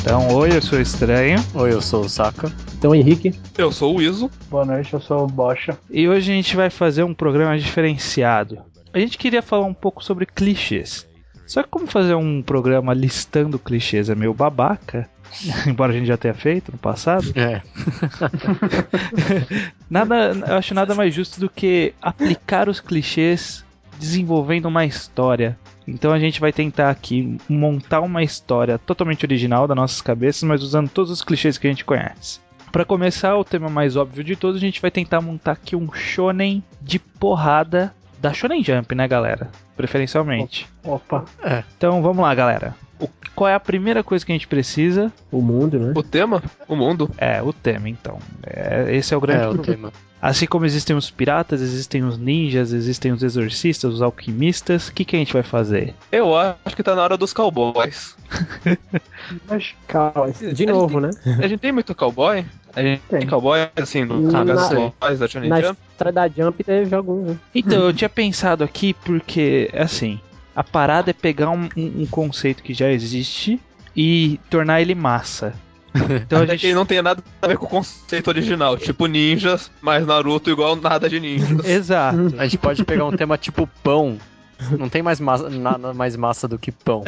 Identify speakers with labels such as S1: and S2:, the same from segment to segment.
S1: Então, oi, eu sou o Estranho.
S2: Oi, eu sou o Saka.
S3: Então, Henrique.
S4: Eu sou o Iso.
S5: Boa noite, eu sou o Bocha.
S1: E hoje a gente vai fazer um programa diferenciado. A gente queria falar um pouco sobre clichês. Só que como fazer um programa listando clichês é meio babaca, embora a gente já tenha feito no passado. Eu acho nada mais justo do que aplicar os clichês desenvolvendo uma história. Então a gente vai tentar aqui montar uma história totalmente original das nossas cabeças, mas usando todos os clichês que a gente conhece. Para começar, o tema mais óbvio de todos, a gente vai tentar montar aqui um shonen de porrada da Shonen Jump, né, galera? Preferencialmente.
S5: Opa.
S1: Então vamos lá, galera. Qual é a primeira coisa que a gente precisa?
S3: O mundo, né?
S4: O tema? O mundo.
S1: O tema, então. Esse é o grande
S2: tema.
S1: Assim como existem os piratas, existem os ninjas, existem os exorcistas, os alquimistas, o que a gente vai fazer?
S4: Eu acho que tá na hora dos cowboys.
S5: Mas,
S3: calma, de novo, né?
S4: A gente tem muito cowboy? A gente tem cowboy, assim, no cowboys da Shonen Jump?
S3: Na história da Jump teve alguns, né?
S1: Então, eu tinha pensado aqui porque, assim, a parada é pegar um conceito que já existe e tornar ele massa. Então
S4: Até que ele não tenha nada a ver com o conceito original, tipo ninjas, mas Naruto igual nada de ninjas.
S1: Exato.
S2: A gente pode pegar um tema tipo pão. Não tem mais nada mais massa do que pão.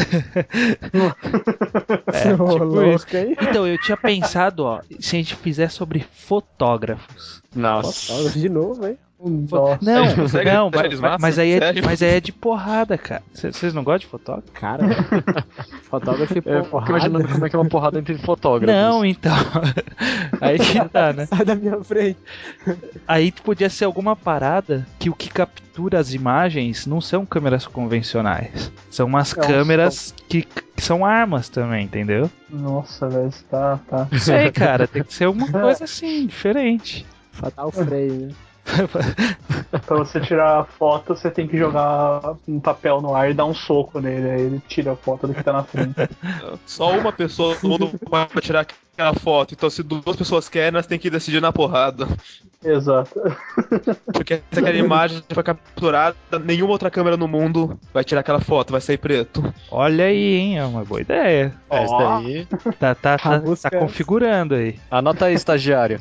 S1: Tipo isso. Então, eu tinha pensado, se a gente fizer sobre fotógrafos.
S2: Nossa.
S3: Fotógrafo de novo, hein?
S1: Não, mas aí é de porrada, cara. Vocês não gostam de fotógrafo?
S3: Cara, fotógrafo e porrada.
S2: Fico imaginando como é que é uma porrada entre fotógrafos.
S1: Não, então. Aí que tá, né?
S3: Sai da minha frente.
S1: Aí podia ser alguma parada que o que captura as imagens não são câmeras convencionais. São umas câmeras que são armas também, entendeu?
S5: Nossa, velho, tá.
S1: Não sei, cara. Tem que ser uma coisa assim, diferente.
S3: Fatal freio, né?
S5: Pra você tirar a foto, você tem que jogar um papel no ar e dar um soco nele. Aí ele tira a foto do que tá na frente.
S4: Só uma pessoa do mundo pode tirar aquela foto. Então, se duas pessoas querem, elas têm que decidir na porrada.
S5: Exato.
S4: Porque se aquela imagem foi capturada, nenhuma outra câmera no mundo vai tirar aquela foto, vai sair preto.
S1: Olha aí, hein? É uma boa ideia.
S2: Essa daí.
S1: Tá configurando aí.
S2: Anota aí, estagiário.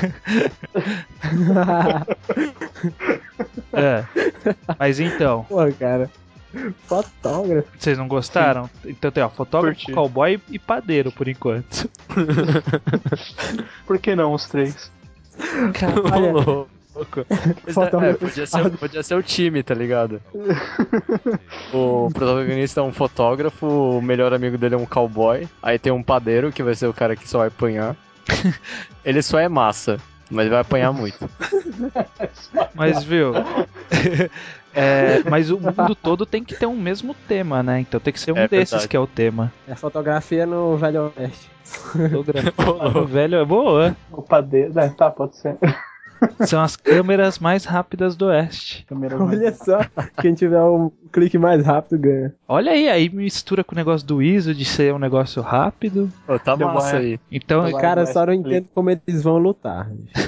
S1: Mas então.
S3: Pô, cara. Fotógrafo.
S1: Vocês não gostaram? Sim. Então tem, fotógrafo, cowboy e padeiro, por enquanto.
S5: Por que não os três?
S3: Olha,
S2: louco. Podia ser o time, tá ligado? O protagonista é um fotógrafo, o melhor amigo dele é um cowboy. Aí tem um padeiro, que vai ser o cara que só vai apanhar. Ele só é massa, mas vai apanhar muito.
S1: Mas viu? Mas o mundo todo tem que ter um mesmo tema, né? Então tem que ser um desses verdade. Que é o tema.
S3: É fotografia no Velho Oeste.
S1: Fotografia no Velho é boa.
S5: O padeiro, tá, pode ser.
S1: São as câmeras mais rápidas do Oeste.
S3: Olha só, quem tiver um clique mais rápido ganha.
S1: Olha aí mistura com o negócio do ISO de ser um negócio rápido.
S2: Tá massa aí.
S1: Então,
S3: cara, só não entendo como eles vão lutar.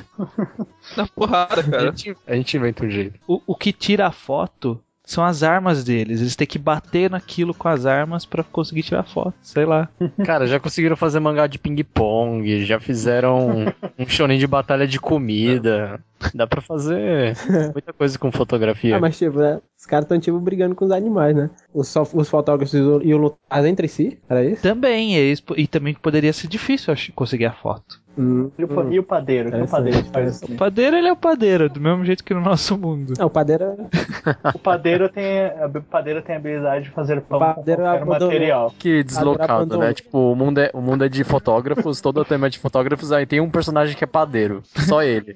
S4: Na porrada, cara.
S2: A gente inventa um jeito.
S1: O que tira a foto são as armas deles. Eles têm que bater naquilo com as armas pra conseguir tirar foto, sei lá.
S2: Cara, já conseguiram fazer mangá de ping-pong, já fizeram um shonen de batalha de comida. Dá pra fazer muita coisa com fotografia.
S3: Mas tipo, né? Os caras tão tipo brigando com os animais, né? Os fotógrafos iam lutar entre si, era isso?
S1: Também, e também poderia ser difícil conseguir a foto.
S5: E o padeiro? O padeiro faz assim?
S1: O padeiro, ele é o padeiro, do mesmo jeito que no nosso mundo.
S3: Não, o padeiro
S5: O padeiro tem a habilidade de fazer pão com qualquer material.
S2: Que deslocado, né? Tipo, o mundo é de fotógrafos, todo o tema é de fotógrafos, aí tem um personagem que é padeiro, só ele.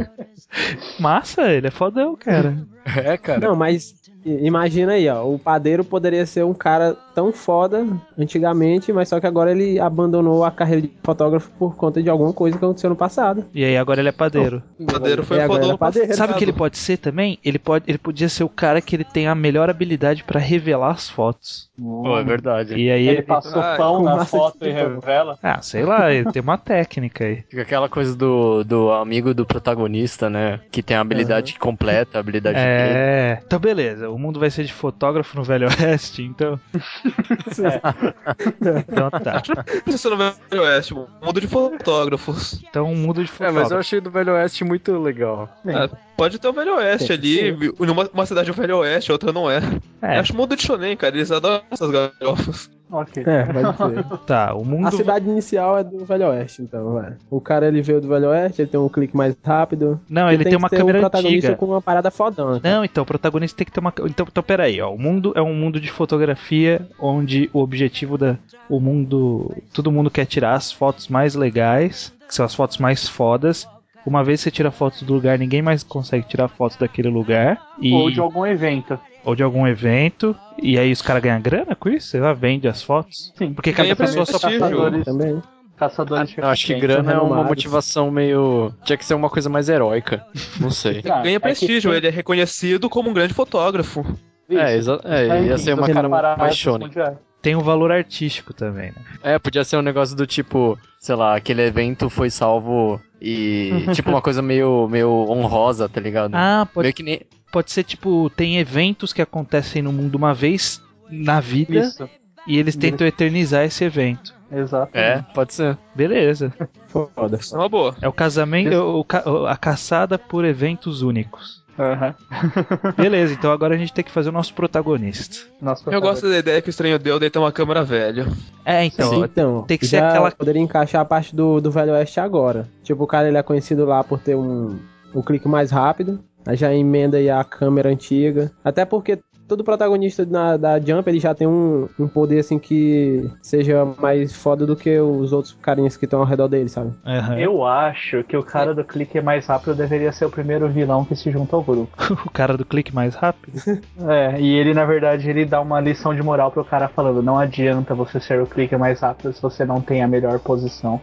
S1: Massa, ele é fodão, cara.
S2: Cara.
S3: Não, mas imagina aí, ó, o padeiro poderia ser um cara tão foda antigamente, mas só que agora ele abandonou a carreira de fotógrafo por conta de alguma coisa que aconteceu no passado.
S1: E aí agora ele é padeiro.
S4: O padeiro foi fodão.
S1: Sabe o que ele pode ser também? Ele podia ser o cara que ele tem a melhor habilidade pra revelar as fotos.
S2: É verdade.
S1: E aí
S5: ele passou pão na foto e revela.
S1: Sei lá, ele tem uma técnica aí.
S2: Fica aquela coisa do amigo do protagonista, né? Que tem a habilidade completa, a habilidade dele.
S1: Então beleza, o mundo vai ser de fotógrafo no Velho Oeste, então. Então tá.
S4: Isso no Velho Oeste, um mundo de fotógrafos.
S1: Então mundo de
S2: É,
S1: fotógrafo.
S2: mas eu achei do Velho Oeste muito legal.
S4: Ah, pode ter o Velho Oeste
S3: Tem que
S4: ali, uma cidade é o Velho Oeste, a outra não é.
S1: É,
S4: Eu acho mundo de shonen, cara, eles adoram essas galhofas.
S5: Ok.
S3: Pode ser.
S1: tá, o
S3: A
S1: mundo...
S3: cidade inicial é do Velho Oeste, então, vai. O cara, ele veio do Velho Oeste, ele tem um clique mais rápido.
S1: Não, ele tem uma
S3: que ter
S1: câmera
S3: um protagonista
S1: antiga.
S3: com uma parada fodona.
S1: Não, então o protagonista tem que ter uma... Então peraí, ó. O mundo é um mundo de fotografia onde o objetivo o mundo... Todo mundo quer tirar as fotos mais legais, que são as fotos mais fodas. Uma vez que você tira fotos do lugar, ninguém mais consegue tirar fotos daquele lugar.
S5: Ou de algum evento.
S1: Ou de algum evento. E aí os caras ganham grana com isso? Você lá vende as fotos?
S5: Sim.
S1: Porque cada
S4: Ganha
S1: pessoa só
S4: prestígio.
S5: Caçadores,
S3: Também.
S5: caçadores de
S2: Eu acho que
S5: recompensa.
S2: grana é uma
S3: renomados.
S2: motivação meio... Tinha que ser uma coisa mais heróica. Não sei.
S5: Ah,
S4: Ganha
S5: é que
S4: prestígio,
S5: tem-
S4: ele é reconhecido como um grande fotógrafo.
S2: Ia ser uma cara mais shonen.
S5: mundiais.
S1: tem um valor artístico também, né?
S2: É, podia ser um negócio do tipo, sei lá, aquele evento foi salvo e... tipo uma coisa meio honrosa, tá ligado?
S1: Ah,
S2: Meio que nem...
S1: pode ser tipo, tem eventos que acontecem no mundo uma vez na vida
S5: Isso,
S1: e eles tentam eternizar esse evento.
S5: exato.
S2: É, pode ser.
S1: Beleza.
S3: Foda.
S4: É uma boa.
S1: É o casamento, a caçada por eventos únicos.
S5: Aham.
S1: Beleza, então agora a gente tem que fazer o nosso protagonista.
S5: Nossa,
S4: Eu gosto da ideia que o estranho deu de ter uma câmera velha.
S1: É, então,
S3: Sim, então,
S1: tem que ser
S3: já
S1: aquela-
S3: poderia encaixar a parte do Velho Oeste agora. Tipo, o cara ele é conhecido lá por ter um clique mais rápido. Aí já emenda aí a câmera antiga. Até porque todo protagonista da Jump ele já tem um poder assim que seja mais foda do que os outros carinhas que estão ao redor dele, sabe?
S1: Aham.
S5: Eu acho que o cara do clique mais rápido deveria ser o primeiro vilão que se junta ao grupo.
S1: o cara do clique mais rápido.
S5: É, e ele, na verdade, ele dá uma lição de moral pro cara falando: não adianta você ser o clique mais rápido se você não tem a melhor posição.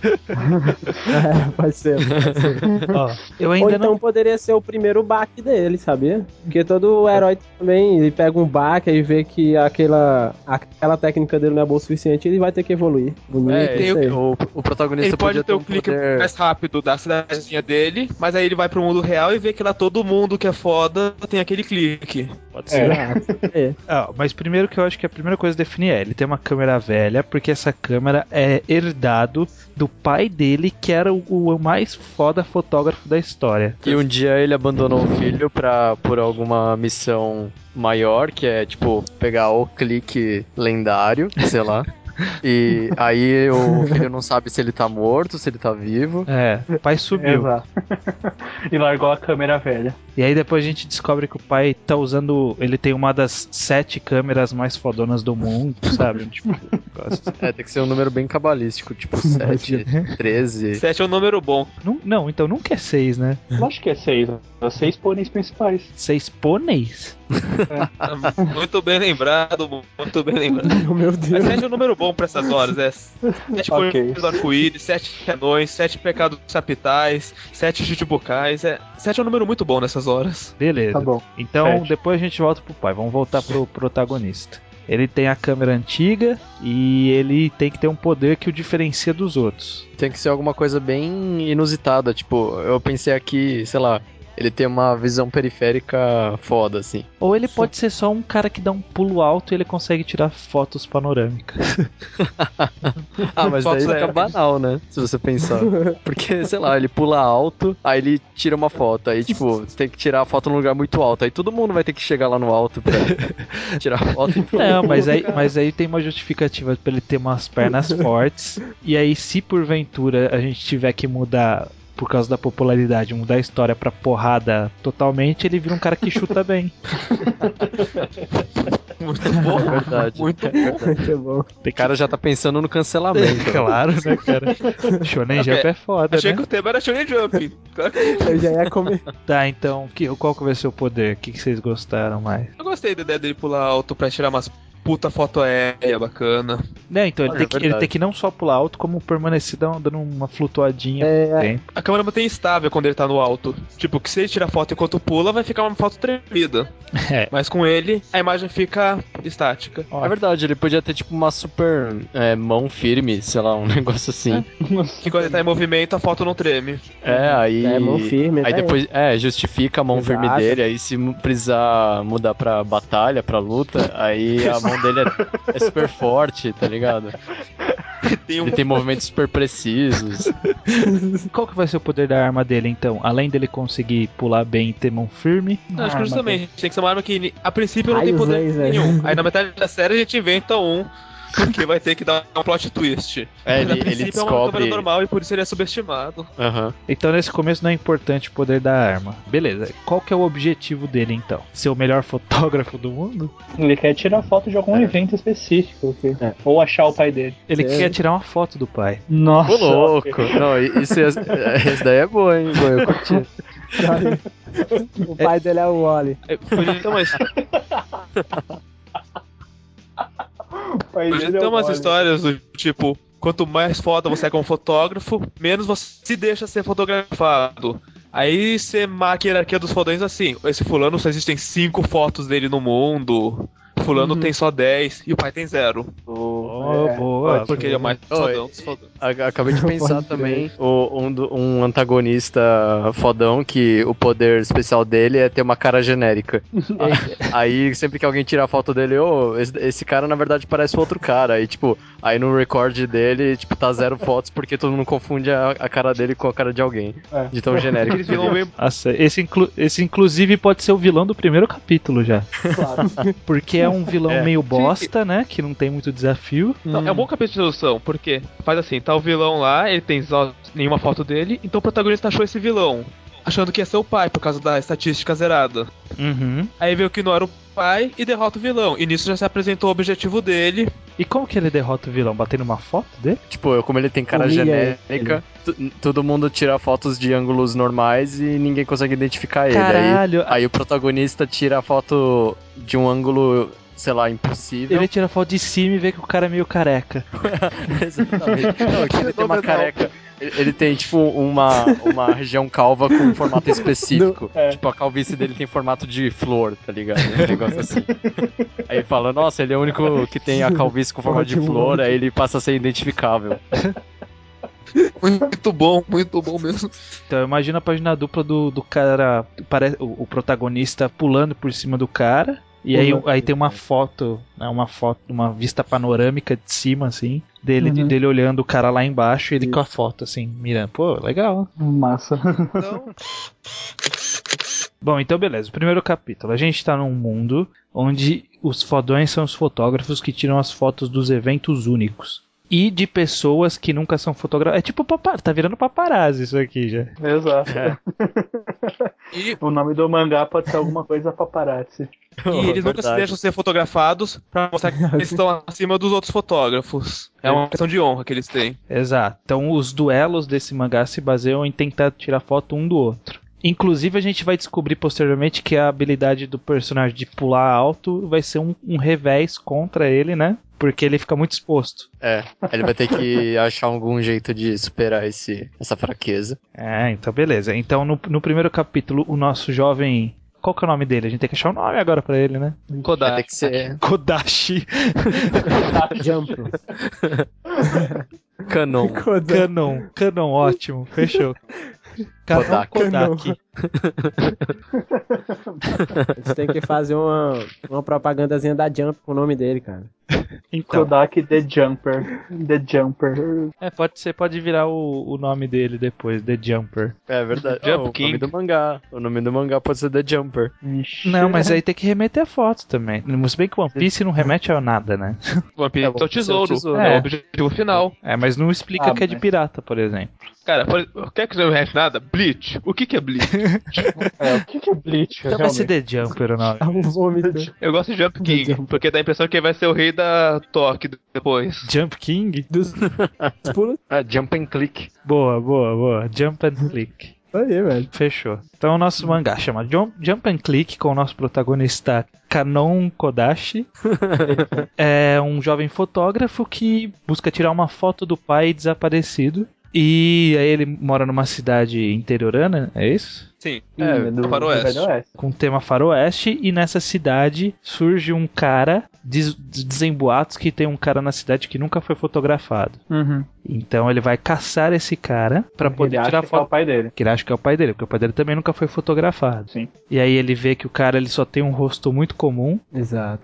S3: Pode ser.
S1: Ó, eu
S3: Ou
S1: ainda
S3: então
S1: não.
S3: poderia ser o primeiro baque dele, sabia? Porque todo herói também, ele pega um baque e vê que aquela técnica dele não é boa o suficiente, ele vai ter que evoluir. Bonito,
S4: tem
S3: isso aí.
S2: O protagonista
S4: Ele pode
S2: podia
S4: ter o
S2: um
S4: clique
S2: poder...
S4: mais rápido da cidadezinha dele, mas aí ele vai pro mundo real e vê que lá todo mundo que é foda tem aquele clique.
S1: Pode ser.
S3: É.
S1: Mas primeiro que eu acho que a primeira coisa a definir é, ele tem uma câmera velha, porque essa câmera é herdado do pai dele, que era o mais foda fotógrafo da história.
S2: E um dia ele abandonou o filho por alguma missão maior, que é, tipo, pegar o clique lendário, sei lá. E aí o filho não sabe se ele tá morto, se ele tá vivo.
S1: É, o pai sumiu.
S5: Exato. E largou a câmera velha.
S1: E aí depois a gente descobre que o pai tá usando. Ele tem uma das 7 câmeras mais fodonas do mundo, sabe? Tipo, negócio.
S2: É, tem que ser um número bem cabalístico, tipo 7, 13.
S4: 7 é um número bom.
S1: Não, então nunca é 6, né?
S5: Eu acho que é 6. Os 6 pôneis principais.
S1: 6 pôneis?
S4: Muito bem lembrado, muito bem lembrado.
S3: Oh, meu
S4: Mas
S3: Deus.
S4: 7 é um número bom pra essas horas, 7
S5: Ok.
S4: cores do arco-íris, 7 anões, 7 pecados capitais, 7 chichibucais. 7 é um número muito bom nessas horas.
S1: Beleza.
S5: Tá bom.
S1: Então
S5: Sete.
S1: depois a gente volta pro pai. Vamos voltar pro protagonista. Ele tem a câmera antiga e ele tem que ter um poder que o diferencia dos outros.
S2: Tem que ser alguma coisa bem inusitada, tipo, eu pensei aqui, sei lá, ele tem uma visão periférica foda, assim.
S1: Ou ele pode ser só um cara que dá um pulo alto e ele consegue tirar fotos panorâmicas.
S2: Ah, mas daí
S4: Fotos
S2: fica
S4: aéreas.
S2: banal, né? Se você pensar. Porque, sei lá, ele pula alto, aí ele tira uma foto, aí, tipo, você tem que tirar a foto num lugar muito alto, aí todo mundo vai ter que chegar lá no alto pra tirar a foto.
S1: Não, mas aí tem uma justificativa pra ele ter umas pernas fortes. E aí, se porventura a gente tiver que mudar, por causa da popularidade, mudar a história pra porrada totalmente, ele vira um cara que chuta bem.
S4: Muito bom.
S2: É verdade.
S4: Muito bom.
S3: Muito bom.
S2: O cara já tá pensando no cancelamento.
S1: Claro, né, cara? Shonen Jump é foda,
S4: Achei
S1: né?
S4: que o tema era Shonen Jump. Claro que-
S3: Eu já ia comer.
S1: Tá, então, qual que vai ser o poder? O que vocês gostaram mais?
S4: Eu gostei da ideia dele pular alto pra tirar umas puta foto aérea bacana.
S1: Não, então
S2: É verdade.
S1: ele tem que não só pular alto, como permanecer dando uma flutuadinha
S3: É.
S1: no tempo.
S4: A câmera mantém estável quando ele tá no alto. Tipo, que se ele tirar foto enquanto pula, vai ficar uma foto tremida.
S1: É.
S4: Mas com ele, a imagem fica estática.
S2: É verdade, ele podia ter tipo uma super mão firme, sei lá, um negócio assim.
S4: Que quando ele tá em movimento, a foto não treme.
S2: Aí.
S3: É, mão firme,
S2: Aí
S3: tá aí.
S2: depois, justifica a mão
S3: Exato.
S2: firme dele, aí se precisar mudar pra batalha, pra luta, aí a mão dele é super forte, tá ligado? Ele tem movimentos super precisos.
S1: Qual que vai ser o poder da arma dele, então? Além dele conseguir pular bem e ter mão firme?
S4: Não, acho que justamente, tem que ser uma arma que a princípio não tem
S3: Raios
S4: poder
S3: laser.
S4: nenhum. Aí na metade da série a gente inventa um, porque vai ter que dar um plot twist.
S2: É,
S4: Mas, a
S2: ele
S4: princípio é uma
S2: descobre.
S4: câmera normal e por isso ele é subestimado.
S2: Aham.
S1: Então nesse começo não é importante o poder da arma. Beleza, qual que é o objetivo dele, então? Ser o melhor fotógrafo do mundo?
S5: Ele quer tirar foto de algum evento específico. Ou achar o pai dele.
S1: Ele
S3: Sim.
S1: quer tirar uma foto do pai.
S5: Nossa.
S2: Ô, louco! Não, esse daí é boa, hein? Eu curti.
S3: O pai dele é o Wally.
S4: Então, mas
S5: O pai dele é
S4: tem
S5: o
S4: umas
S5: Wally.
S4: histórias do tipo, quanto mais foda você é como fotógrafo, menos você se deixa ser fotografado. Aí você marca a hierarquia dos fodões assim, esse fulano só existem 5 fotos dele no mundo, fulano tem só 10 e o pai tem 0.
S1: Boa.
S4: Porque ele é mais fodão dos fodões.
S2: Acabei de pensar
S3: Pode
S2: também um antagonista fodão que o poder especial dele é ter uma cara genérica. Aí sempre que alguém tira a foto dele, esse cara na verdade parece outro cara. Aí tipo, aí no record dele, tipo, tá 0 fotos porque todo mundo confunde a cara dele com a cara de alguém. De tão genérico.
S4: Eles viram bem.
S1: Nossa, esse inclusive pode ser o vilão do primeiro capítulo já.
S5: Claro.
S1: Porque é um vilão meio bosta, né? Que não tem muito desafio.
S4: Não, é um bom capítulo de introdução, porque faz assim, tá o vilão lá, ele tem só nenhuma foto dele, então o protagonista achou esse vilão, achando que ia ser o pai, por causa da estatística zerada.
S1: Uhum.
S4: Aí viu que não era o pai e derrota o vilão. E nisso já se apresentou o objetivo dele.
S1: E como que ele derrota o vilão? Batendo uma foto dele?
S2: Tipo, como ele tem cara
S3: Humilha
S2: genérica, todo mundo tira fotos de ângulos normais e ninguém consegue identificar ele.
S1: Caralho.
S2: Aí o protagonista tira a foto de um ângulo, sei lá, impossível.
S1: Ele tira foto de cima e vê que o cara é meio careca.
S2: Exatamente. Não, que ele tem uma careca. Ele tem, tipo, uma região calva com um formato específico. Tipo, a calvície dele tem formato de flor, tá ligado? Um negócio assim. Aí ele fala, nossa, ele é o único que tem a calvície com formato de flor, aí ele passa a ser identificável.
S4: Muito bom mesmo.
S1: Então eu imagino a página dupla do cara, o protagonista pulando por cima do cara. E aí tem uma foto, né, uma vista panorâmica de cima, assim, dele olhando o cara lá embaixo e ele com a foto, assim, mirando. Pô, legal.
S5: Massa.
S4: Então,
S1: Bom, então beleza. O primeiro capítulo. A gente tá num mundo onde os fodões são os fotógrafos que tiram as fotos dos eventos únicos. E de pessoas que nunca são fotografadas. É tipo tá virando paparazzi isso aqui já.
S5: Exato.
S4: e
S5: O nome do mangá pode ser alguma coisa paparazzi.
S4: eles nunca se deixam ser fotografados pra mostrar que eles estão acima dos outros fotógrafos. É uma questão de honra que eles têm.
S1: Exato. Então os duelos desse mangá se baseiam em tentar tirar foto um do outro. Inclusive a gente vai descobrir posteriormente que a habilidade do personagem de pular alto vai ser um revés contra ele, né? Porque ele fica muito exposto.
S2: Ele vai ter que achar algum jeito de superar essa fraqueza.
S1: Então beleza. Então no primeiro capítulo o nosso jovem... Qual que é o nome dele? A gente tem que achar um nome agora pra ele, né?
S2: Vai
S4: Kodak.
S2: ter que ser
S1: Kodashi.
S3: Jump.
S2: Canon.
S1: Canon, ótimo. Fechou. Canon Kodak.
S3: A gente tem que fazer uma propagandazinha da Jump com o nome dele, cara.
S1: Então,
S5: Kodak The Jumper. The Jumper.
S1: pode virar o nome dele depois, The Jumper.
S2: É verdade.
S4: Jump
S2: O
S4: King.
S2: nome do mangá. O nome do mangá pode ser The Jumper.
S5: Ixi.
S1: Não, mas aí tem que remeter a foto também. Se bem que One Piece não remete a nada, né?
S4: O One Piece é o tesouro.
S2: tesouro.
S4: É o objetivo final.
S1: Mas não explica que é de
S5: mas-
S1: pirata, por exemplo.
S4: Cara, quer que não remete nada? Bleach. O que é Bleach?
S5: O que é Bleach?
S1: Então vai ser
S5: realmente?
S1: The Jumper o nome.
S3: É um vômito.
S4: Eu gosto de Jump King, porque dá a impressão que ele vai ser o rei da Toque depois.
S1: Jump King?
S3: Dos pulos.
S2: Jump and Click.
S1: Boa. Jump and Click.
S3: Aí, velho.
S1: Fechou. Então o nosso mangá chama Jump and Click, com o nosso protagonista Kanon Kodashi. É um jovem fotógrafo que busca tirar uma foto do pai desaparecido. E aí ele mora numa cidade interiorana, é isso?
S4: Sim,
S5: do
S4: Faroeste.
S5: Velho Oeste.
S1: Com tema faroeste, e nessa cidade surge um cara, dizem boatos que tem um cara na cidade que nunca foi fotografado.
S5: Uhum.
S1: Então ele vai caçar esse cara pra poder
S5: Ele
S1: tirar
S5: acha que é o
S1: foto.
S5: pai dele.
S1: Que ele acha que é o pai dele, porque o pai dele também nunca foi fotografado.
S5: Sim.
S1: E aí ele vê que o cara ele só tem um rosto muito comum.
S3: Exato.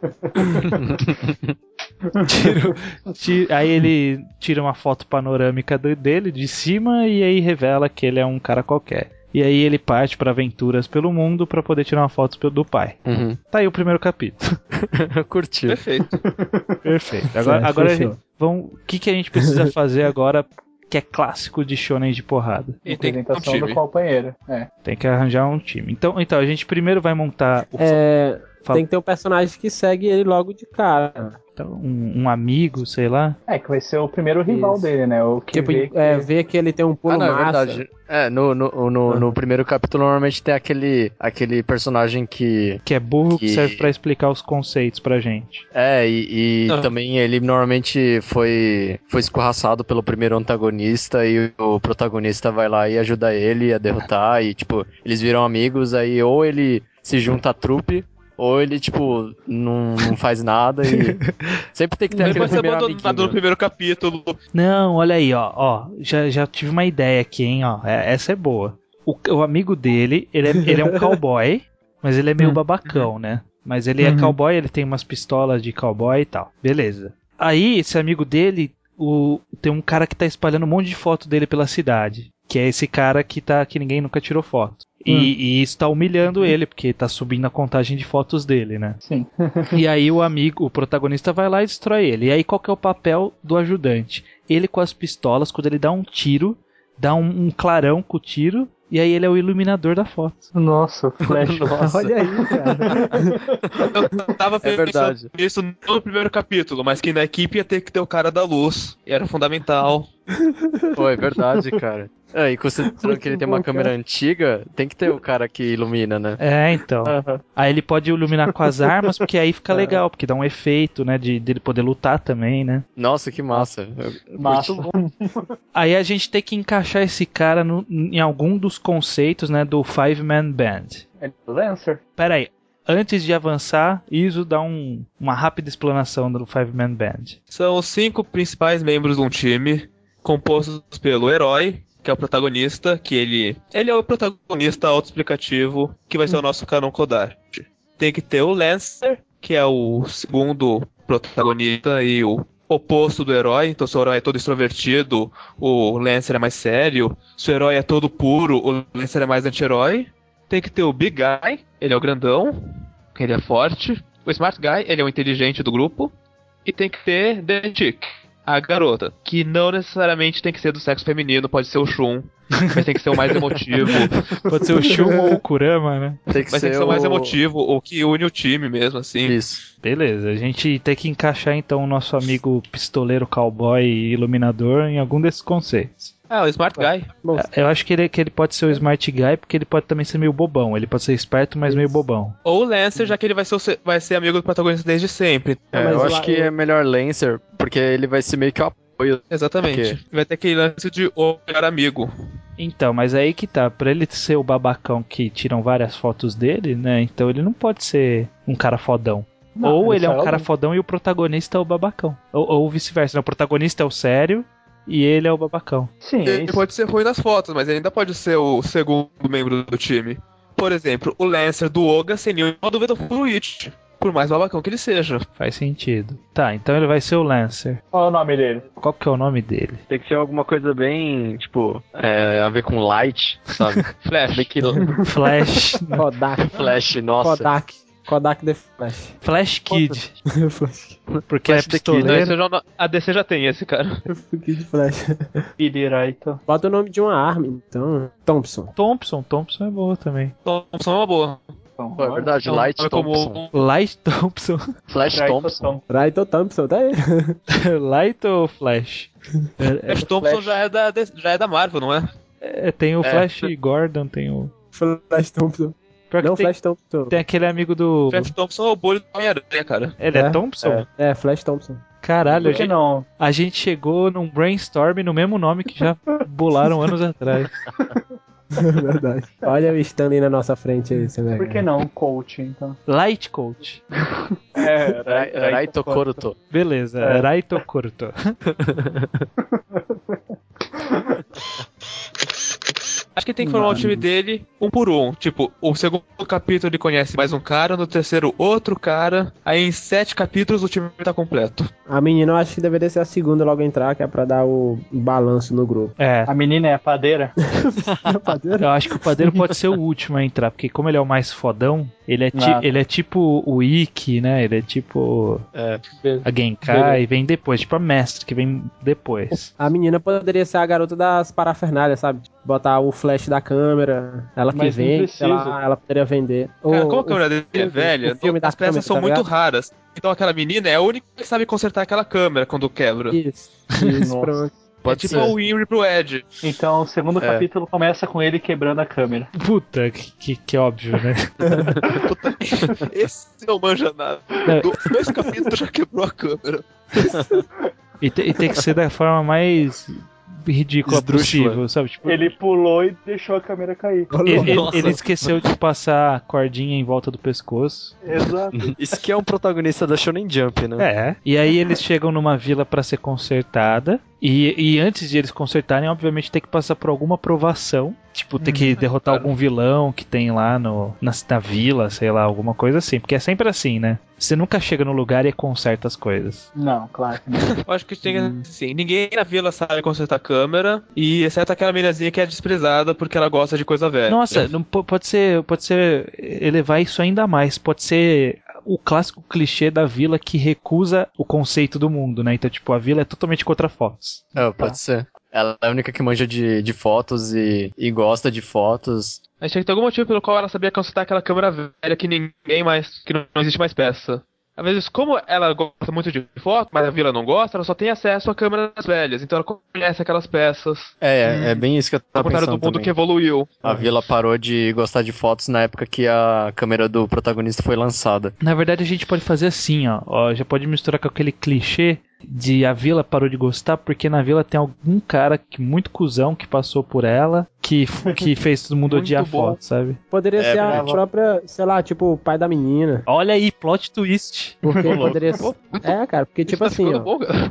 S1: Aí ele tira uma foto panorâmica dele de cima e aí revela que ele é um cara qualquer. E aí ele parte pra aventuras pelo mundo pra poder tirar uma foto do pai.
S2: Uhum.
S1: Tá aí o primeiro capítulo.
S2: Curtiu.
S4: Perfeito.
S1: Perfeito. Agora
S3: fechou.
S1: o que a gente precisa fazer agora que é clássico de shonen de porrada?
S4: E tem que ter um
S5: Apresentação do
S4: time.
S5: companheiro. É.
S1: Tem que arranjar um time. Então a gente primeiro vai montar
S3: Tem que ter um personagem que segue ele logo de cara.
S1: um amigo, sei lá.
S5: É, que vai ser o primeiro rival
S3: Isso.
S5: dele, né? O que
S3: Tipo,
S5: vê que...
S3: ver que ele tem um pulo
S2: Ah, não, é
S3: massa.
S2: verdade. No primeiro capítulo normalmente tem aquele personagem que...
S1: Que é burro que
S2: Que-
S1: serve pra explicar os conceitos pra gente.
S2: E também ele normalmente foi escorraçado pelo primeiro antagonista e o protagonista vai lá e ajuda ele a derrotar e, tipo, eles viram amigos, aí ou ele se junta à trupe ou ele, tipo, não faz nada e sempre tem que ter
S4: Ele
S2: aquele
S4: vai ser
S2: primeiro
S4: abandonado no
S2: amiguinho.
S4: primeiro capítulo.
S1: Não, olha aí, ó. Já tive uma ideia aqui, hein, ó. Essa é boa. O amigo dele, ele é um cowboy, mas ele é meio babacão, né? Mas ele é cowboy, ele tem umas pistolas de cowboy e tal. Beleza. Aí, esse amigo dele, tem um cara que tá espalhando um monte de foto dele pela cidade. Que é esse cara que ninguém nunca tirou foto. E isso tá humilhando ele, porque tá subindo a contagem de fotos dele, né?
S5: Sim.
S1: E aí o protagonista vai lá e destrói ele. E aí qual que é o papel do ajudante? Ele com as pistolas, quando ele dá um tiro, dá um clarão com o tiro, e aí ele é o iluminador da foto.
S5: Nossa, Flash.
S2: Nossa,
S3: Olha aí, cara.
S4: Eu tava
S2: É verdade.
S4: pensando nisso no primeiro capítulo, mas que na equipe ia ter que ter o cara da luz. E era fundamental.
S2: pô, é verdade, cara. E considerando que ele tem uma
S3: bom,
S2: câmera antiga, tem que ter o cara que ilumina, né?
S1: É, então.
S5: Aham.
S1: Aí ele pode iluminar com as armas, porque aí fica legal, porque dá um efeito, né, de ele poder lutar também, né?
S2: Nossa, que massa. Eu
S5: Massa.
S2: curti.
S1: Aí a gente tem que encaixar esse cara em algum dos conceitos, né, do Five Man Band.
S5: É do Lancer.
S1: Pera aí, antes de avançar, Iso dá uma rápida explanação do Five Man Band.
S4: São os 5 principais membros de um time, compostos pelo herói, que é o protagonista, que ele é o protagonista autoexplicativo, que vai ser o nosso Canon Kodachi. Tem que ter o Lancer, que é o segundo protagonista e o oposto do herói. Então, se o herói é todo extrovertido, o Lancer é mais sério. Se o herói é todo puro, o Lancer é mais anti-herói. Tem que ter o Big Guy, ele é o grandão, ele é forte. O Smart Guy, ele é o inteligente do grupo. E tem que ter The Chick, a garota, que não necessariamente tem que ser do sexo feminino, pode ser o Shun, mas tem que ser o mais emotivo,
S1: Pode ser o Shun ou o Kurama, né?
S2: Tem que
S4: mas tem que ser o mais emotivo,
S2: o...
S4: o que une o time mesmo, assim.
S2: Isso.
S1: Beleza, a gente tem que encaixar então o nosso amigo pistoleiro, cowboy e iluminador em algum desses conceitos.
S4: Ah, o Smart Guy.
S3: Bom,
S1: Eu acho que ele pode ser o Smart Guy, porque ele pode também ser meio bobão. Ele pode ser esperto, mas meio bobão.
S4: Ou o Lancer, já que ele vai ser amigo do protagonista desde sempre.
S3: mas
S2: eu
S3: lá-
S2: acho que é melhor Lancer, porque ele vai ser meio que o apoio.
S4: Exatamente.
S2: Ok.
S4: Vai ter aquele lance de o melhor amigo.
S1: Então, mas aí que tá, pra ele ser o babacão que tiram várias fotos dele, né? Então ele não pode ser um cara fodão.
S5: Não,
S1: ou ele é
S5: só
S1: um cara fodão e o protagonista é o babacão. Ou vice-versa, né? O protagonista é o sério e ele é o babacão.
S5: Sim, é
S4: Ele
S5: isso.
S4: pode ser ruim nas fotos, mas ele ainda pode ser o segundo membro do time. Por exemplo, o Lancer do Oga sem nenhuma dúvida pro It, por mais babacão que ele seja.
S1: Faz sentido. Tá, então ele vai ser o Lancer.
S5: Qual é o nome dele?
S1: Qual que é o nome dele?
S2: Tem que ser alguma coisa bem, tipo, a ver com light, sabe?
S4: Flash.
S2: Bem que
S1: Flash.
S3: Kodak.
S2: flash, nossa.
S3: Kodak The Flash.
S1: Flash Kid.
S3: Flash.
S1: Porque
S2: Flash
S1: é
S2: the Kid.
S1: pistoleiro.
S4: A DC já tem esse, cara.
S3: Kid Flash.
S5: Piriraito.
S3: Bota o nome de uma arma, então. Thompson.
S1: Thompson é boa também.
S4: Thompson é uma boa.
S5: Então,
S2: Pô, é verdade,
S4: É um
S2: Light
S4: nome
S2: Thompson.
S1: Light Thompson.
S2: Flash Thompson.
S3: Raito Thompson, tá aí.
S1: Light ou Flash?
S4: Flash Thompson já é da Marvel, não é?
S1: Tem o Flash Gordon, tem o.
S3: Flash Thompson.
S1: Pior que
S3: Não,
S1: tem,
S3: Flash Thompson.
S1: tem aquele amigo do.
S4: Flash Thompson é o bolho do Homem-Aranha, cara.
S1: Ele é Thompson?
S3: É, Flash Thompson.
S1: Caralho,
S5: Por que não?
S1: a gente chegou num brainstorm no mesmo nome que já bolaram anos atrás.
S3: Verdade. Olha o Stanley na nossa frente aí, você
S5: Por que não? Coach, então.
S1: Light Coach.
S2: Raito Koruto.
S1: Beleza, Raito Kuruto.
S4: Acho que tem que formar o time dele um por um. Tipo, o segundo capítulo ele conhece mais um cara, no terceiro outro cara. Aí em 7 capítulos o time tá completo.
S3: A menina eu acho que deveria ser a segunda logo a entrar, que é pra dar o balanço no grupo.
S1: É.
S5: A menina é a padeira?
S1: Eu acho que o padeiro pode ser o último a entrar, porque como ele é o mais fodão, ele é tipo o Ikki, né? Ele é tipo a Genkai, vem depois, tipo a mestre que vem depois.
S3: A menina poderia ser a garota das parafernálias, sabe? Botar o flash da câmera, ela que
S5: Mas não
S3: vende,
S5: precisa.
S3: ela poderia vender.
S4: Cara, como a câmera dele é velha,
S3: o filme da
S4: as peças
S3: câmera,
S4: são
S3: tá
S4: muito
S3: ligado?
S4: raras. Então aquela menina é a única que sabe consertar aquela câmera quando quebra.
S3: Isso,
S5: Nossa.
S3: pronto.
S2: Pode
S4: é tipo
S2: ser.
S4: o Winry pro Ed.
S5: Então, o segundo capítulo começa com ele quebrando a câmera.
S1: Puta, que óbvio, né?
S4: Puta, esse não manja nada.
S1: Não.
S4: 2 capítulos já quebrou a câmera.
S1: E tem que ser da forma mais ridícula
S2: Esdrúxula.
S1: possível, sabe? Tipo,
S5: Ele pulou e deixou a câmera cair.
S1: ele esqueceu de passar a cordinha em volta do pescoço.
S5: Exato.
S2: Isso que é um protagonista da Shonen Jump, né?
S1: É. E aí eles chegam numa vila pra ser consertada. E antes de eles consertarem, obviamente tem que passar por alguma aprovação. Tipo, ter que derrotar algum vilão que tem lá na vila, sei lá, alguma coisa assim. Porque é sempre assim, né? Você nunca chega no lugar e conserta as coisas.
S5: Não, claro que não.
S4: Eu acho que tem assim, ninguém na vila sabe consertar a câmera, e exceto aquela meninazinha que é desprezada porque ela gosta de coisa velha.
S1: Nossa, não pode ser elevar isso ainda mais. Pode ser o clássico clichê da vila que recusa o conceito do mundo, né? Então, tipo, a vila é totalmente contra fotos.
S2: Pode ser. Ela é a única que manja de fotos e gosta de fotos.
S4: Mas tinha que ter algum motivo pelo qual ela sabia consertar aquela câmera velha que ninguém mais. Que não existe mais peça. Às vezes, como ela gosta muito de foto, mas a vila não gosta, ela só tem acesso a câmeras velhas, então ela conhece aquelas peças.
S2: É bem isso que eu
S4: Ao
S2: tava
S4: contrário
S2: pensando
S4: do mundo
S2: também.
S4: que evoluiu.
S2: A vila parou de gostar de fotos na época que a câmera do protagonista foi lançada.
S1: Na verdade, a gente pode fazer assim, ó. Já pode misturar com aquele clichê de a vila parou de gostar porque na vila tem algum cara muito cuzão que passou por ela, que fez todo mundo
S4: Muito
S1: odiar a
S4: bom.
S1: foto, sabe?
S3: Poderia ser a
S5: bravo.
S3: própria, sei lá, tipo, o pai da menina.
S1: Olha aí, plot twist.
S3: Porque
S2: Ô, louco.
S3: poderia ser. É, cara, porque tipo
S4: Tá
S3: assim,
S4: ficando
S3: ó.
S4: bom, cara.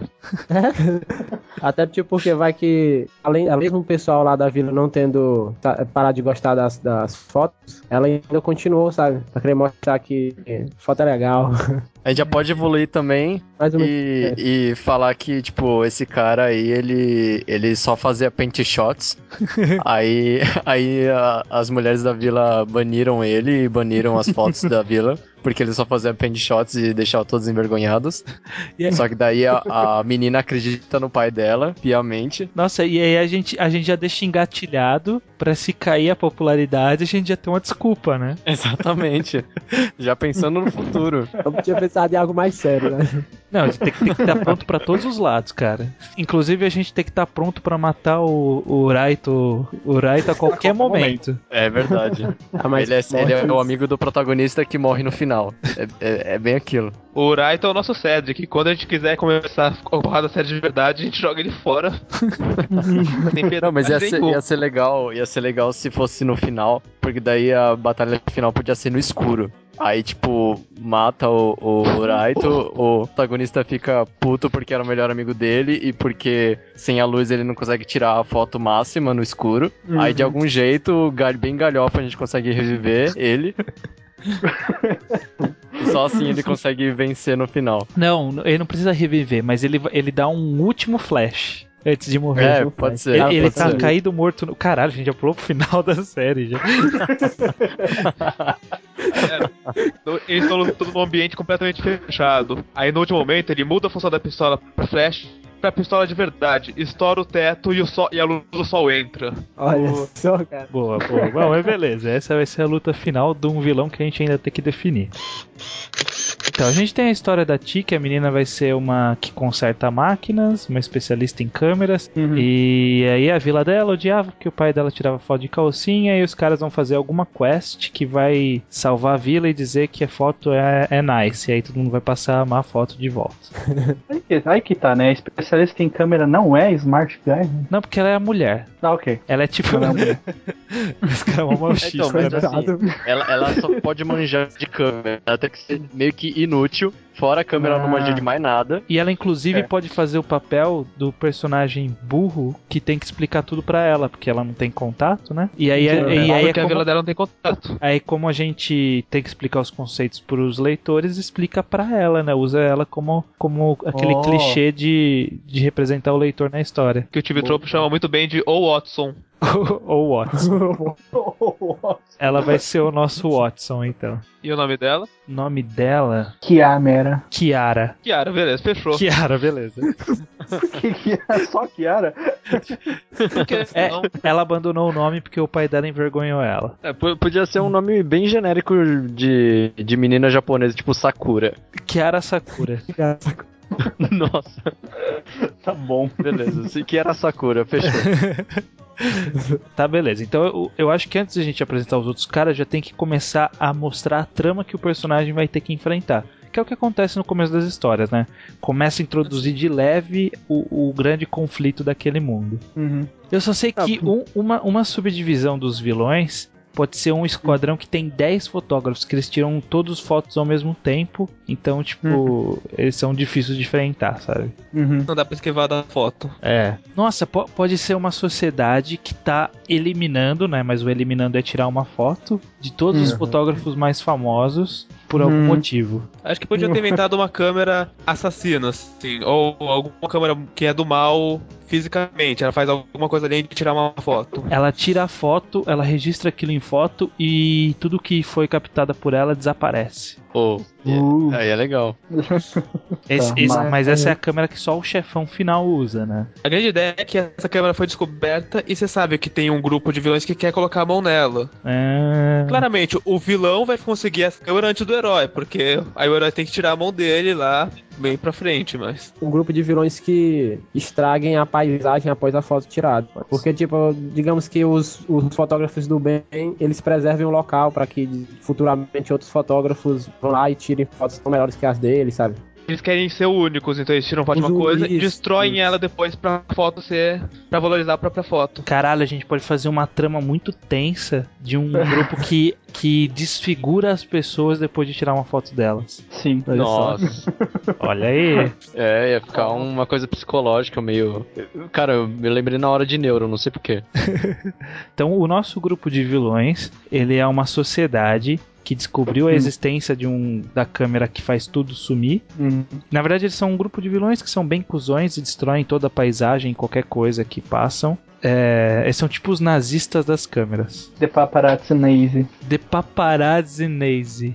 S3: Até tipo porque vai que, além do pessoal lá da vila não tendo parar de gostar das fotos, ela ainda continuou, sabe? Pra querer mostrar que foto é legal.
S2: A gente já pode evoluir também
S3: Mais ou menos.
S2: e falar que, tipo, esse cara aí, ele só fazia paint shots. aí as mulheres da vila baniram ele e baniram as fotos da vila. Porque ele só fazia paint shots e deixava todos envergonhados. Só que daí a menina acredita no pai dela, piamente.
S1: Nossa, e aí a gente já deixa engatilhado pra se cair a popularidade, a gente já tem uma desculpa, né?
S2: Exatamente. Já pensando no futuro.
S3: Eu tinha pensado em algo mais sério, né?
S1: Não, a gente tem que estar pronto pra todos os lados, cara. Inclusive a gente tem que estar pronto pra matar o Raito a qualquer momento.
S2: É verdade.
S3: Mas
S2: Ele é o amigo do protagonista que morre no final. É bem aquilo.
S4: O Raito é o nosso Cedric. Quando a gente quiser começar a porrada séria de verdade, a gente joga ele fora. Sem
S2: Não, mas ia
S4: sem
S2: ser,
S4: culpa.
S2: ia ser legal se fosse no final, porque daí a batalha final podia ser no escuro. Aí, tipo, mata o Raito, o protagonista fica puto porque era o melhor amigo dele e porque sem a luz ele não consegue tirar a foto máxima no escuro. Aí, de algum jeito, bem galhofa, a gente consegue reviver ele. E só assim ele consegue vencer no final.
S1: Não, ele não precisa reviver, mas ele dá um último flash antes de morrer.
S2: É, pode ser.
S1: Ele
S2: pode
S1: tá
S2: ser.
S1: caído morto no... Caralho, a gente já pulou pro final da série já.
S4: Eles estão lutando num ambiente completamente fechado. Aí no último momento ele muda a função da pistola pra flash pra pistola de verdade. Estoura o teto e a luz do sol entra.
S3: Olha só, cara.
S1: Boa. Bom, mas beleza. Essa vai ser a luta final de um vilão que a gente ainda tem que definir. Então, a gente tem a história da Ti, que a menina vai ser uma que conserta máquinas, uma especialista em câmeras. E aí a vila dela odiava porque o pai dela tirava foto de calcinha, e os caras vão fazer alguma quest que vai salvar a vila e dizer que a foto é nice. E aí todo mundo vai passar a amar a foto de volta.
S5: Aí que tá, né? Especialista em câmera não é Smart Guy? Né?
S1: Não, porque ela é a mulher.
S5: Ah, ok.
S1: Ela é tipo...
S5: Ela é a mulher.
S1: Esse cara é uma machista,
S2: Então, mas
S1: né?
S2: assim, ela só pode manjar de câmera. Ela tem que ser meio que inútil. Fora a câmera, ela não manja de mais nada.
S1: E ela, inclusive, pode fazer o papel do personagem burro que tem que explicar tudo pra ela, porque ela não tem contato, né? E aí,
S4: porque a vila dela não tem contato.
S1: Aí, como a gente tem que explicar os conceitos pros leitores, explica pra ela, né? Usa ela como aquele clichê de representar o leitor na história.
S4: Que o TV Tropo chama muito bem de O Watson.
S1: Ou Watson. Ela vai ser o nosso Watson, então.
S4: E o nome dela?
S1: O nome dela...
S5: Kiara.
S1: Kiara.
S4: Kiara, beleza, fechou.
S1: Kiara, beleza.
S5: Que só Kiara?
S4: Porque,
S1: ela abandonou o nome porque o pai dela envergonhou ela.
S2: Podia ser um nome bem genérico de menina japonesa, tipo Sakura.
S1: Kiara Sakura.
S2: Nossa.
S5: Tá bom.
S2: Beleza, sei que era Sakura, fechou.
S1: Tá, beleza. Então eu acho que antes de a gente apresentar os outros caras, já tem que começar a mostrar a trama que o personagem vai ter que enfrentar. Que é o que acontece no começo das histórias, né? Começa a introduzir de leve o grande conflito daquele mundo. Eu só sei que uma subdivisão dos vilões pode ser um esquadrão que tem 10 fotógrafos, que eles tiram todas as fotos ao mesmo tempo. Então, tipo, eles são difíceis de enfrentar, sabe?
S4: Não dá pra esquivar da foto.
S1: É. Nossa, pode ser uma sociedade que tá eliminando, né? Mas o eliminando é tirar uma foto de todos os fotógrafos mais famosos por algum motivo.
S4: Acho que podia ter inventado uma câmera assassina, assim. Ou alguma câmera que é do mal fisicamente. Ela faz alguma coisa além de tirar uma foto.
S1: Ela tira a foto, ela registra aquilo em foto e tudo que foi captado por ela desaparece.
S2: Aí é legal.
S1: Mas essa é a câmera que só o chefão final usa, né?
S4: A grande ideia é que essa câmera foi descoberta e você sabe que tem um grupo de vilões que quer colocar a mão nela. Claramente, o vilão vai conseguir essa câmera antes do herói, porque aí o herói tem que tirar a mão dele lá bem pra frente, mas...
S3: Um grupo de vilões que estraguem a paisagem após a foto tirada. Porque, tipo, digamos que os fotógrafos do bem, eles preservem o local para que futuramente outros fotógrafos vão lá e tirem fotos tão melhores que as deles, sabe?
S4: Eles querem ser únicos, então eles tiram foto de uma coisa e destroem ela depois pra foto ser... pra valorizar a própria foto.
S1: Caralho, a gente pode fazer uma trama muito tensa de um grupo que desfigura as pessoas depois de tirar uma foto delas.
S5: Sim.
S2: Nossa.
S1: Olha aí.
S2: Ia ficar uma coisa psicológica meio... Cara, eu me lembrei na hora de Neuro, não sei porquê.
S1: Então, o nosso grupo de vilões, ele é uma sociedade que descobriu a existência da câmera que faz tudo sumir. Na verdade, eles são um grupo de vilões que são bem cuzões e destroem toda a paisagem, qualquer coisa que passam. Eles são tipo os nazistas das câmeras.
S5: The Paparazzi Nazi.
S1: The Paparazzi Nazi.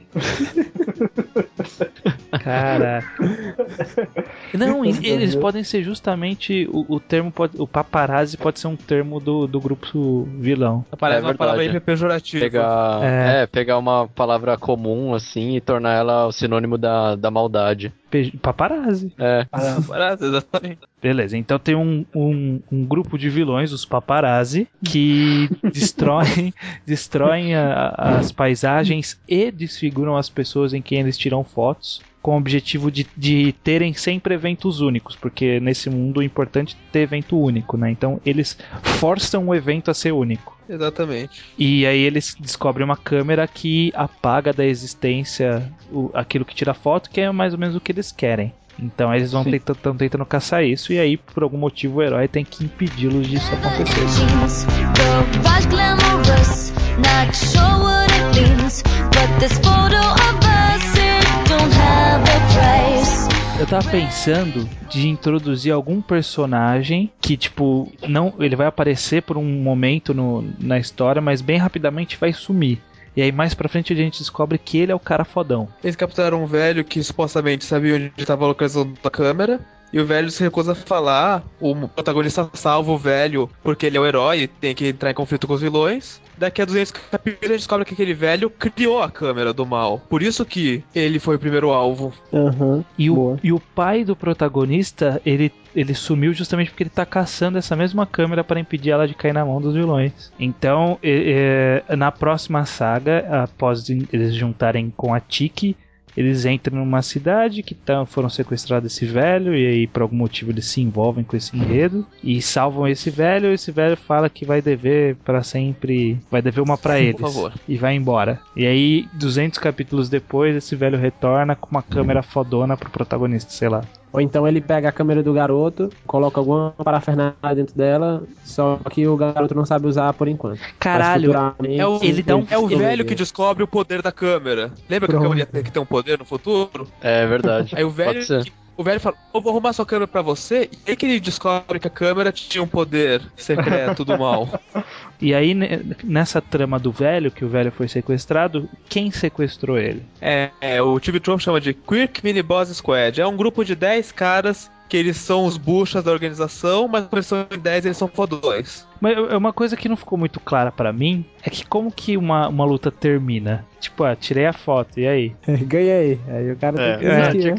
S1: Cara. Não, eles podem ser justamente o termo o paparazzi pode ser um termo do grupo vilão.
S4: Parece uma palavra bem pejorativa.
S2: Pegar uma palavra comum assim e tornar ela o sinônimo da maldade.
S1: Paparazzi.
S4: Paparazzi, exatamente.
S1: Beleza, então tem um grupo de vilões, os paparazzi, que destroem as paisagens e desfiguram as pessoas em quem eles tiram fotos, com o objetivo de terem sempre eventos únicos, porque nesse mundo o importante é ter evento único, né? Então eles forçam o evento a ser único.
S4: Exatamente.
S1: E aí eles descobrem uma câmera que apaga da existência aquilo que tira foto, que é mais ou menos o que eles querem. Então eles estão tentando caçar isso, e aí por algum motivo o herói tem que impedi-los disso acontecer. Eu tava pensando de introduzir algum personagem que, tipo, não, ele vai aparecer por um momento na história, mas bem rapidamente vai sumir. E aí mais pra frente a gente descobre que ele é o cara fodão.
S4: Eles capturaram um velho que supostamente sabia onde estava a localização da câmera. e o velho se recusa a falar. O protagonista salva o velho porque ele é o herói e tem que entrar em conflito com os vilões. Daqui a 200 capítulos a gente descobre que aquele velho criou a câmera do mal. Por isso que ele foi o primeiro alvo.
S3: Aham. Boa.
S1: E o pai do protagonista, ele sumiu justamente porque ele tá caçando essa mesma câmera para impedir ela de cair na mão dos vilões. Então, na próxima saga, após eles juntarem com a Tiki, eles entram numa cidade que foram sequestrados esse velho, e aí por algum motivo eles se envolvem com esse enredo e salvam esse velho. Esse velho fala que vai dever pra sempre, vai dever uma pra eles,
S4: por favor,
S1: e vai embora. E aí 200 capítulos depois esse velho retorna com uma câmera fodona pro protagonista, sei lá.
S3: Ou então ele pega a câmera do garoto, coloca alguma parafernália dentro dela, só que o garoto não sabe usar por enquanto.
S1: Caralho,
S4: ele dá é o velho que descobre o poder da câmera. Lembra que a câmera ia ter que ter um poder no futuro?
S2: É verdade.
S4: Aí o velho fala, eu vou arrumar sua câmera pra você, e aí que ele descobre que a câmera tinha um poder secreto do mal.
S1: E aí, nessa trama do velho, que o velho foi sequestrado, quem sequestrou ele?
S4: O TV Trump chama de Quirk Mini Boss Squad. É um grupo de 10 caras que eles são os buchas da organização, mas quando eles são em 10, eles são fodões.
S1: Mas uma coisa que não ficou muito clara pra mim é que como que uma luta termina? Tipo, tirei a foto, e aí?
S3: Ganhei. Aí o cara tem que desistir,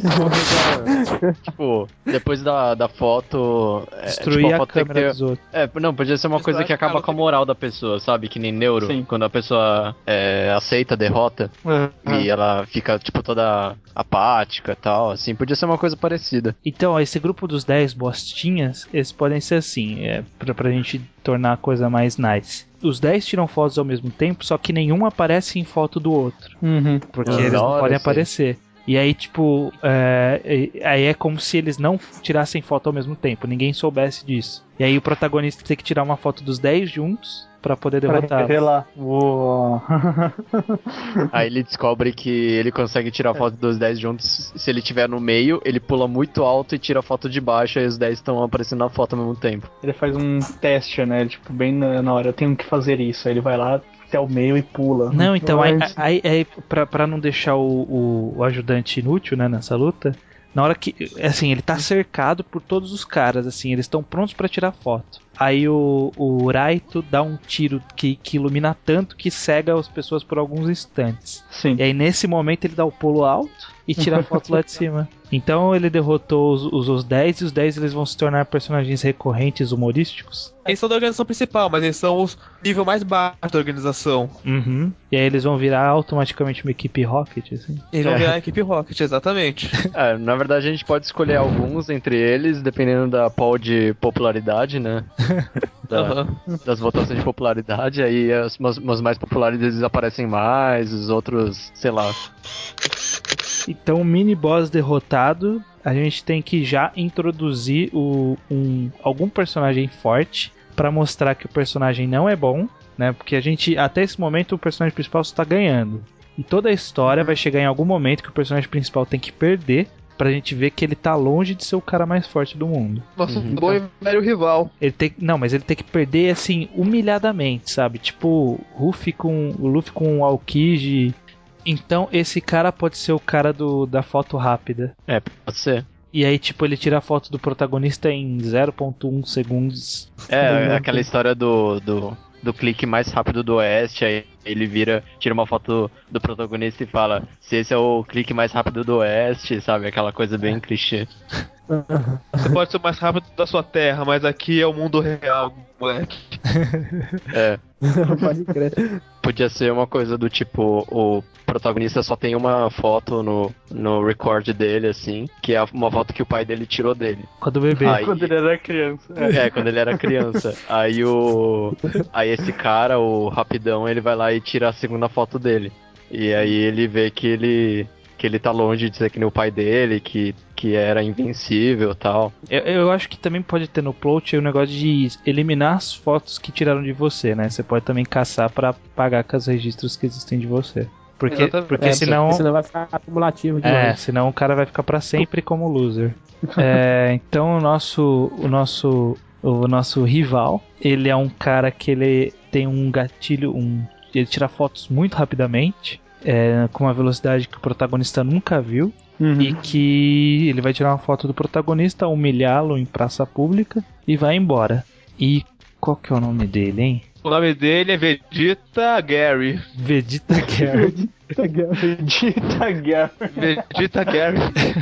S3: né?
S2: Tipo, depois da foto...
S1: Destruir
S2: tipo,
S1: a
S2: foto
S1: câmera
S2: ter...
S1: dos outros.
S2: Não, podia ser uma coisa que acaba com a moral da pessoa, sabe? Que nem Neuro,
S5: Sim.
S2: quando a pessoa aceita a derrota e ela fica, tipo, toda apática e tal, assim. Podia ser uma coisa parecida.
S1: Então, esse grupo dos 10 bostinhas, eles podem ser assim, pra gente tornar a coisa mais nice. Os 10 tiram fotos ao mesmo tempo, só que nenhum aparece em foto do outro. Porque eles não podem aparecer. E aí, tipo, aí é como se eles não tirassem foto ao mesmo tempo, ninguém soubesse disso. E aí o protagonista tem que tirar uma foto dos 10 juntos pra poder derrotar.
S2: Aí ele descobre que ele consegue tirar foto dos 10 juntos. Se ele estiver no meio, ele pula muito alto e tira a foto de baixo, e os 10 estão aparecendo na foto ao mesmo tempo.
S5: Ele faz um teste, né? Tipo, bem na hora, eu tenho que fazer isso. Aí ele vai lá até o meio e pula.
S1: Não, então, aí pra não deixar o ajudante inútil, né, nessa luta, na hora que, assim, ele tá cercado por todos os caras, assim, eles estão prontos pra tirar foto. Aí o Raito dá um tiro que ilumina tanto que cega as pessoas por alguns instantes.
S5: Sim.
S1: E aí nesse momento ele dá o pulo alto e tira a foto lá de cima. Então ele derrotou os 10, e os 10 eles vão se tornar personagens recorrentes humorísticos.
S4: Eles são da organização principal, mas eles são os nível mais baixo da organização.
S1: Uhum. E aí eles vão virar automaticamente uma equipe Rocket, assim.
S4: Eles vão virar a equipe Rocket, exatamente.
S2: Na verdade a gente pode escolher alguns entre eles, dependendo da poll de popularidade, né? Das votações de popularidade, aí os mais populares eles aparecem mais, os outros, sei lá.
S1: Então, o mini boss derrotado, a gente tem que já introduzir algum personagem forte pra mostrar que o personagem não é bom, né? Porque a gente, até esse momento, o personagem principal só tá ganhando. E toda a história vai chegar em algum momento que o personagem principal tem que perder pra gente ver que ele tá longe de ser o cara mais forte do mundo.
S4: Nosso bom e velho rival.
S1: Mas ele tem que perder, assim, humilhadamente, sabe? Tipo, o Luffy com o Aokiji. Então, esse cara pode ser o cara da foto rápida.
S2: Pode ser.
S1: E aí, tipo, ele tira a foto do protagonista em 0.1 segundos.
S2: Aquela história do clique mais rápido do Oeste, aí ele tira uma foto do protagonista e fala: se esse é o clique mais rápido do Oeste, sabe? Aquela coisa bem clichê.
S4: Você pode ser o mais rápido da sua terra, mas aqui é o mundo real, moleque.
S3: Pode crer.
S2: Podia ser uma coisa do tipo, o protagonista só tem uma foto no record dele, assim, que é uma foto que o pai dele tirou dele.
S1: Quando o bebê.
S5: Quando ele era criança.
S2: Quando ele era criança. Aí esse cara, o Rapidão, ele vai lá e tira a segunda foto dele. E aí ele vê que ele tá longe de ser que nem o pai dele, que era invencível e tal.
S1: Eu acho que também pode ter no plot o negócio de eliminar as fotos que tiraram de você, né? Você pode também caçar pra apagar com os registros que existem de você. Porque senão
S3: vai ficar acumulativo demais.
S1: Senão o cara vai ficar pra sempre como loser. Então o nosso rival, ele é um cara que ele tem um gatilho, ele tira fotos muito rapidamente. com uma velocidade que o protagonista nunca viu.
S5: Uhum.
S1: E que ele vai tirar uma foto do protagonista, humilhá-lo em praça pública e vai embora. E qual que é o nome dele, hein?
S4: O nome dele é Vegeta Gary.
S1: Vegeta Gary.
S5: Vegeta Gary.
S4: Vegeta Gary.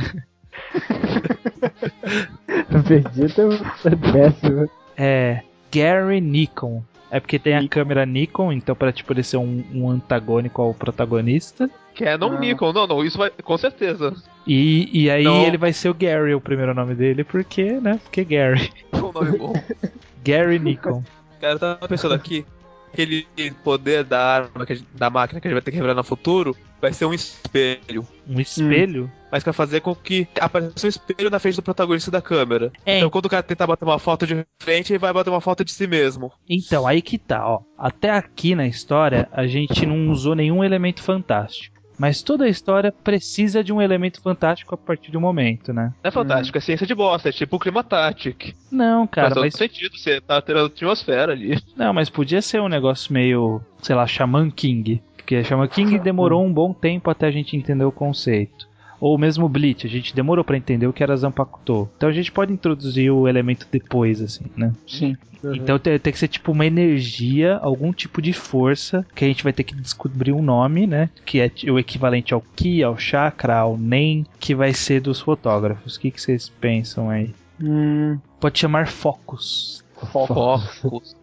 S3: Vegeta é péssimo.
S1: É Gary Nikon. É porque tem a câmera Nikon, então pra tipo ele ser um antagônico ao protagonista.
S4: Canon Nikon. Não, isso vai. Com certeza.
S1: E aí
S4: Não.
S1: ele vai ser o Gary, o primeiro nome dele, porque, né? Porque Gary.
S4: Um nome bom.
S1: Gary Nikon.
S4: Cara, eu tava pensando aqui. Aquele poder da arma, da máquina que a gente vai ter que revelar no futuro, vai ser um espelho.
S1: Um espelho?
S4: Mas pra fazer com que apareça um espelho na frente do protagonista da câmera.
S1: É.
S4: Então quando o cara tentar bater uma foto de frente, ele vai bater uma foto de si mesmo.
S1: Então, aí que tá, ó. Até aqui na história, a gente não usou nenhum elemento fantástico. Mas toda a história precisa de um elemento fantástico a partir de um momento, né?
S4: Não é fantástico, é ciência de bosta, é tipo o Climatátic.
S1: Não, cara,
S4: Faz
S1: mas...
S4: todo sentido, você tá alterando a atmosfera ali.
S1: Não, mas podia ser um negócio meio, sei lá, Shaman King. Porque Shaman King demorou um bom tempo até a gente entender o conceito. Ou mesmo Bleach, a gente demorou pra entender o que era Zanpakuto. Então a gente pode introduzir o elemento depois, assim, né?
S5: Sim.
S1: Então tem que ser tipo uma energia, algum tipo de força, que a gente vai ter que descobrir um nome, né? Que é o equivalente ao Ki, ao Chakra, ao Nen, que vai ser dos fotógrafos. O que vocês pensam aí? Pode chamar Focus.
S4: Focus.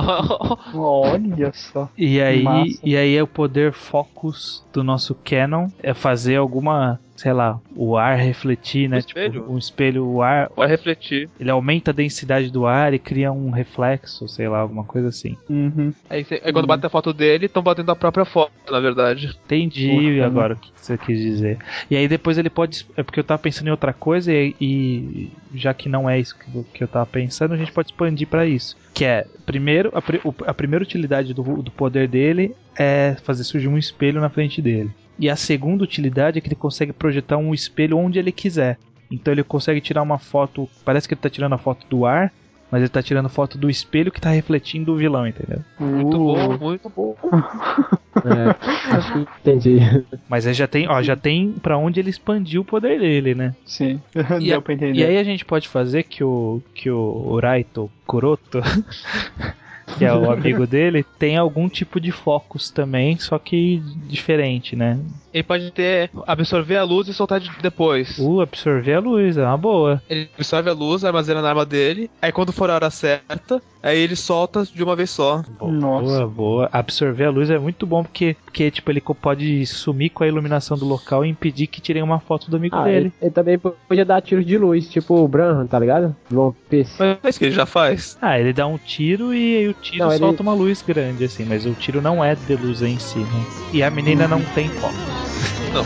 S5: Olha só.
S1: E aí,
S5: Massa.
S1: é o poder Focus do nosso Canon, é fazer alguma, sei lá, o ar refletir, né?
S4: espelho?
S1: Tipo, um espelho, o ar,
S4: Vai refletir.
S1: ele aumenta a densidade do ar e cria um reflexo, sei lá, alguma coisa assim.
S5: Uhum.
S4: Aí quando bate a foto dele, estão batendo a própria foto, na verdade.
S1: Entendi
S5: Porra,
S1: agora o que você quis dizer. E aí depois ele pode... É porque eu tava pensando em outra coisa e já que não é isso que eu tava pensando, a gente pode expandir pra isso. Que é, primeiro, a primeira utilidade do poder dele é fazer surgir um espelho na frente dele. E a segunda utilidade é que ele consegue projetar um espelho onde ele quiser. Então ele consegue tirar uma foto, parece que ele tá tirando a foto do ar, mas ele tá tirando foto do espelho que tá refletindo o vilão, entendeu?
S4: Muito bom, muito bom.
S3: Acho que entendi.
S1: Mas aí já tem pra onde ele expandiu o poder dele, né?
S5: Sim.
S1: E,
S5: Deu pra entender.
S1: e aí a gente pode fazer que o Raito Kuroto, que é o amigo dele, tem algum tipo de focus também, só que diferente, né?
S4: Ele pode absorver a luz e soltar depois.
S1: Absorver a luz, é uma boa.
S4: Ele absorve a luz, armazena na arma dele, aí quando for a hora certa, aí ele solta de uma vez só.
S5: Nossa.
S1: Boa. Absorver a luz é muito bom porque tipo, ele pode sumir com a iluminação do local e impedir que tirem uma foto do amigo dele.
S3: Ele também podia dar tiros de luz, tipo o Branham, tá ligado? One Piece.
S4: Mas é isso que ele já faz.
S1: Ele dá um tiro e aí o tiro
S3: Não,
S1: solta uma luz grande, assim, mas o tiro não é de luz em si, né? E a menina não tem foco.
S4: Não.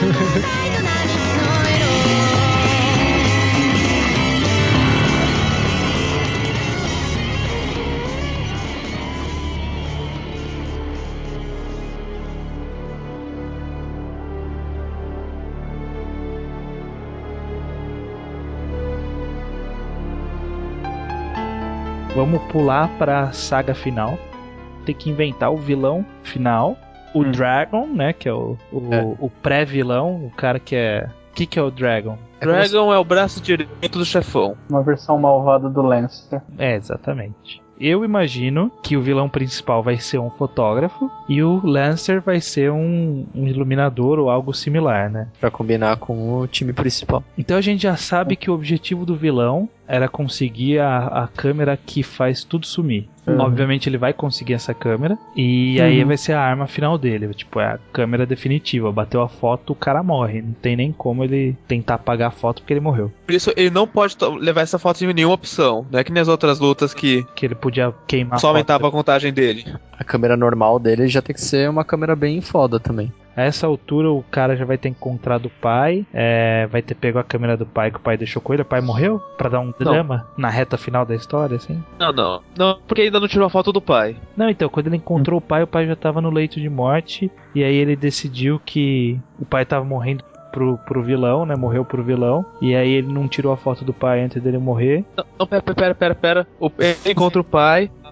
S1: Vamos pular pra saga final. Tem que inventar o vilão final. O Dragon, né? Que é o pré-vilão. O cara que é... O que é o Dragon?
S4: Dragon é o braço direito do chefão.
S5: Uma versão malvada do Lancer.
S1: Exatamente. Eu imagino que o vilão principal vai ser um fotógrafo e o Lancer vai ser um iluminador ou algo similar, né?
S2: Pra combinar com o time principal.
S1: Então a gente já sabe que o objetivo do vilão era conseguir a câmera que faz tudo sumir. Obviamente ele vai conseguir essa câmera e aí vai ser a arma final dele. Tipo, é a câmera definitiva. Bateu a foto, o cara morre. Não tem nem como ele tentar apagar a foto porque ele morreu.
S4: Por isso ele não pode levar essa foto em nenhuma opção. Não é que nem as outras lutas que
S1: ele podia queimar
S4: só aumentava a contagem dele.
S2: A câmera normal dele já tem que ser uma câmera bem foda também.
S1: A essa altura o cara já vai ter encontrado o pai, vai ter pego a câmera do pai que o pai deixou com ele, o pai morreu? Pra dar um drama na reta final da história, assim?
S4: Não, porque ainda não tirou a foto do pai.
S1: Não, então, quando ele encontrou o pai já tava no leito de morte, e aí ele decidiu que o pai tava morrendo pro vilão, né? Morreu pro vilão, e aí ele não tirou a foto do pai antes dele morrer.
S4: Não, pera. Ele encontra o pai,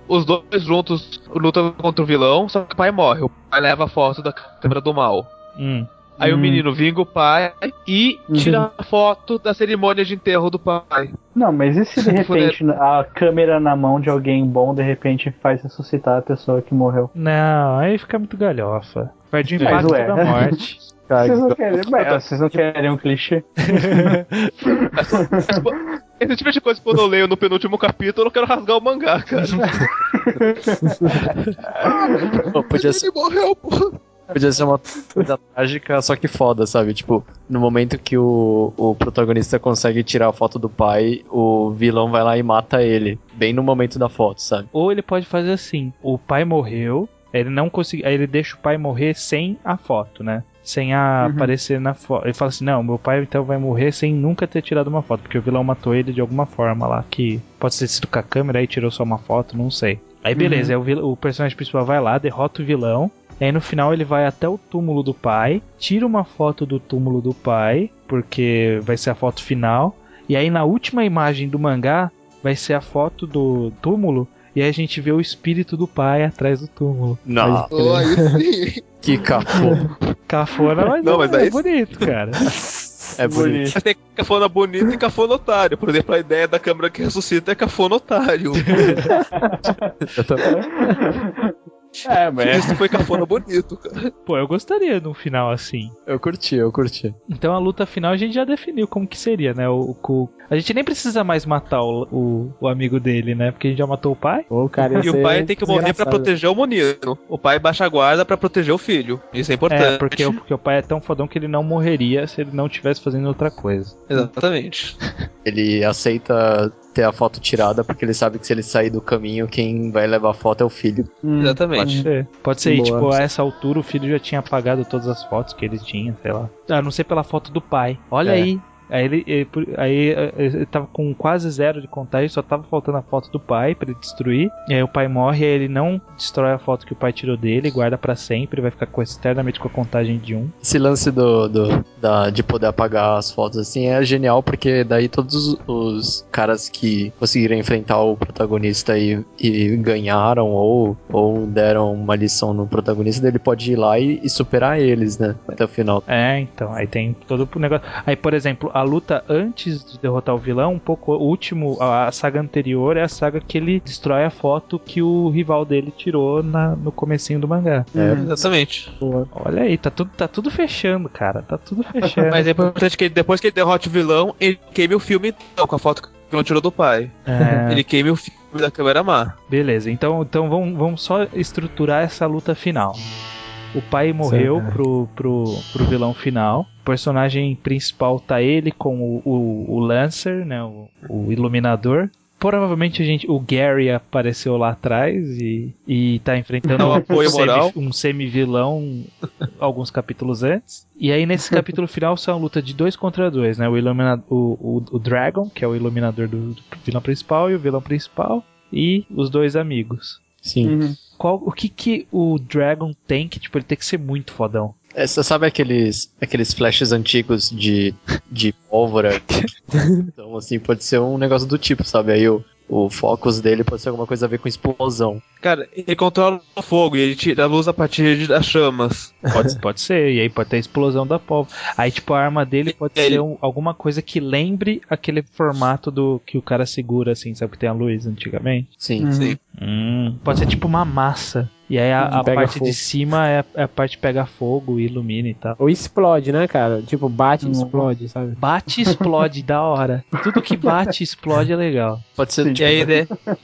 S4: os dois juntos lutam contra o vilão, só que o pai morre. O pai leva a foto da câmera do mal. Aí o menino vinga o pai e tira a foto da cerimônia de enterro do pai.
S5: Não, mas e se de repente a câmera na mão de alguém bom de repente faz ressuscitar a pessoa que morreu?
S1: Não, aí fica muito galhofa. Perde o impacto da morte.
S5: Vocês não querem um clichê?
S4: Esse tipo de coisa que quando eu leio no penúltimo capítulo, eu não quero rasgar o mangá, cara.
S2: Ele morreu, pô. Podia ser uma coisa trágica, só que foda, sabe? Tipo, no momento que o protagonista consegue tirar a foto do pai, o vilão vai lá e mata ele. Bem no momento da foto, sabe?
S1: Ou ele pode fazer assim: o pai morreu, ele não conseguiu. Aí ele deixa o pai morrer sem a foto, né? Sem aparecer na foto. Ele fala assim: não, meu pai então vai morrer sem nunca ter tirado uma foto, porque o vilão matou ele de alguma forma lá, que pode ter sido com a câmera e tirou só uma foto, não sei. Aí beleza, aí o personagem principal vai lá, derrota o vilão. E aí no final ele vai até o túmulo do pai, tira uma foto do túmulo do pai, porque vai ser a foto final. E aí na última imagem do mangá vai ser a foto do túmulo, e aí a gente vê o espírito do pai atrás do túmulo.
S2: Não. Que cafona.
S1: Cafona, mas,
S4: não, mas
S1: é bonito, cara.
S2: É bonito.
S4: Mas tem cafona bonito e cafona otário. Por exemplo, a ideia da câmera que ressuscita é cafona otário. Mas isso foi cafona bonito, cara.
S1: Pô, eu gostaria de um final assim.
S2: Eu curti.
S1: Então a luta final a gente já definiu como que seria, né? A gente nem precisa mais matar o amigo dele, né? Porque a gente já matou o pai.
S4: E o pai tem que morrer pra proteger o menino. O pai baixa a guarda pra proteger o filho. Isso é importante.
S1: Porque o pai é tão fodão que ele não morreria se ele não estivesse fazendo outra coisa.
S4: Exatamente.
S2: Ele aceita ter a foto tirada porque ele sabe que se ele sair do caminho, quem vai levar a foto é o filho.
S4: Exatamente.
S1: Pode ser. E, tipo, a essa altura o filho já tinha apagado todas as fotos que ele tinha, sei lá. A não ser pela foto do pai. Olha aí. Aí ele tava com quase 0 de contagem, só tava faltando a foto do pai pra ele destruir. E aí o pai morre, aí ele não destrói a foto que o pai tirou dele, guarda pra sempre, vai ficar eternamente com a contagem de 1.
S2: Esse lance de poder apagar as fotos assim é genial, porque daí todos os caras que conseguiram enfrentar o protagonista e ganharam ou deram uma lição no protagonista, ele pode ir lá e superar eles, né? Até o final.
S1: Então, aí tem todo o negócio. Aí, por exemplo, a luta antes de derrotar o vilão, um pouco o último, a saga anterior é a saga que ele destrói a foto que o rival dele tirou no comecinho do mangá.
S4: Exatamente.
S1: Olha aí, tá tudo fechando, cara. Tá tudo fechando.
S4: Mas é importante que depois que ele derrote o vilão, ele queime o filme então, com a foto que o vilão tirou do pai. Ele queime o filme da câmera má.
S1: Beleza, então vamos só estruturar essa luta final. O pai morreu pro vilão final. O personagem principal tá ele com o Lancer, né? O Iluminador. Provavelmente o Gary apareceu lá atrás e tá enfrentando um semi-vilão alguns capítulos antes. E aí nesse capítulo final são a luta de 2 contra 2, né? O Dragon, que é o Iluminador do vilão principal, e o vilão principal, e os 2 amigos.
S2: Sim.
S1: O que o Dragon tem que, tipo, ele tem que ser muito fodão?
S2: Você sabe aqueles flashes antigos de pólvora? Então, assim, pode ser um negócio do tipo, sabe? Aí o focus dele pode ser alguma coisa a ver com explosão.
S4: Cara, ele controla o fogo e ele tira a luz a partir das chamas.
S1: Pode ser, e aí pode ter a explosão da pólvora. Aí, tipo, a arma dele pode ser alguma coisa que lembre aquele formato do que o cara segura, assim, sabe? Que tem a luz antigamente.
S2: Sim.
S4: Sim.
S1: Pode ser tipo uma massa. E aí a parte
S3: fogo.
S1: de cima é a parte que pega fogo e ilumina e tal.
S3: Ou explode, né, cara? Tipo, bate e explode, sabe?
S1: Bate e explode, da hora. Tudo que bate e explode é legal.
S2: Pode ser
S4: E a ideia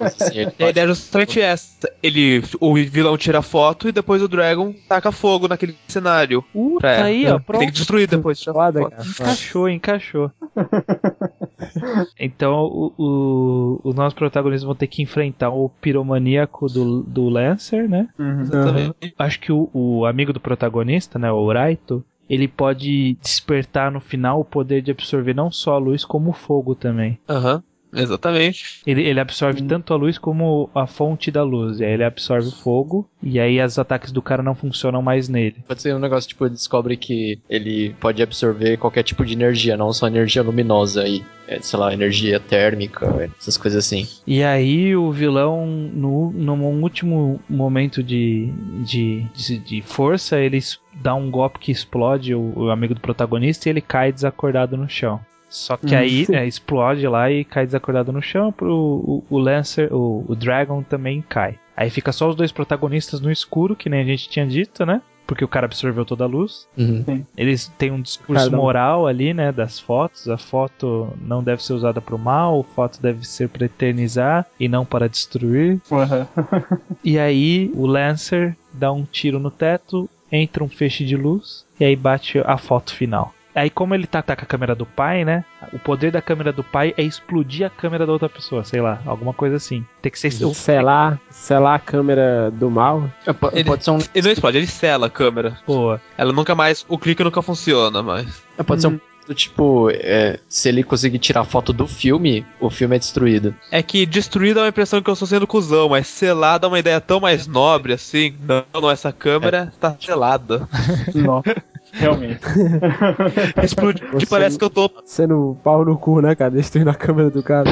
S4: é justamente essa. O vilão tira a foto e depois o Dragon taca fogo naquele cenário.
S1: Tá aí, ó, pronto.
S4: Tem que destruir depois.
S3: Foda, cara.
S1: Encaixou. Então os nossos protagonistas vão ter que enfrentar o piromaníaco do Lancer, né?
S4: Exatamente.
S1: Acho que o amigo do protagonista, né, o Raito, ele pode despertar no final o poder de absorver não só a luz, como o fogo também.
S4: Exatamente.
S1: Ele absorve tanto a luz como a fonte da luz. E aí ele absorve o fogo, e aí os ataques do cara não funcionam mais nele.
S2: Pode ser um negócio, tipo, ele descobre que ele pode absorver qualquer tipo de energia, não só energia luminosa aí. Sei lá, energia térmica, essas coisas assim.
S1: E aí o vilão, num último momento de força, ele dá um golpe que explode o amigo do protagonista e ele cai desacordado no chão. Só que aí explode lá e cai desacordado no chão. O Lancer, o Dragon também cai. Aí fica só os dois protagonistas no escuro, que nem a gente tinha dito, né? Porque o cara absorveu toda a luz.
S2: Uhum.
S1: Eles têm um discurso moral ali, né, das fotos. A foto não deve ser usada para o mal, a foto deve ser para eternizar e não para destruir.
S5: Uhum.
S1: E aí o Lancer dá um tiro no teto, entra um feixe de luz e aí bate a foto final. Aí como ele tá com a câmera do pai, né? O poder da câmera do pai é explodir a câmera da outra pessoa, sei lá, alguma coisa assim. Tem que ser...
S3: Selar a câmera do mal.
S2: Pode ser um...
S4: Ele não explode, ele sela a câmera.
S1: Boa.
S4: Ela nunca mais... O clique nunca funciona mais.
S2: Pode ser um... Do tipo, se ele conseguir tirar foto do filme, o filme é destruído.
S4: É que destruir dá uma impressão que eu estou sendo cuzão, mas selar dá uma ideia tão mais nobre assim. Não, essa câmera tá selada.
S5: Nossa, realmente.
S4: Explode, que parece que eu tô...
S3: Sendo pau no cu, né, cara? Destruindo a câmera do cara.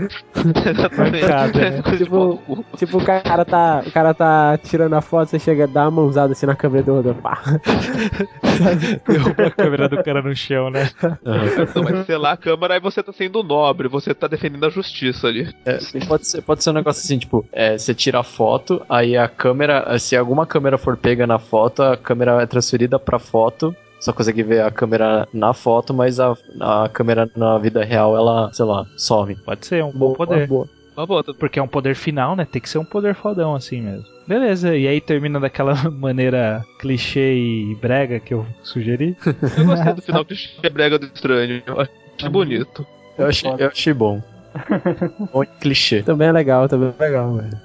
S3: Tipo, o cara tá tirando a foto, você chega a dar uma mãozada assim na câmera do outro. Pá.
S1: Derruba a câmera do cara no chão, né?
S4: Não, mas selar a câmera aí você tá sendo nobre, você tá defendendo a justiça ali.
S2: Pode ser um negócio assim, tipo, você tira a foto, aí a câmera, se alguma câmera for pega na foto, a câmera é transferida pra foto, só consegue ver a câmera na foto, mas a câmera na vida real, ela, sei lá, some.
S1: Pode ser um bom poder.
S4: Uma boa.
S1: Porque é um poder final, né? Tem que ser um poder fodão assim mesmo. Beleza, e aí termina daquela maneira clichê e brega que eu sugeri.
S4: Eu gostei do final clichê brega do estranho. Eu achei bonito.
S2: Eu achei bom. Bom clichê.
S3: Também é legal, velho.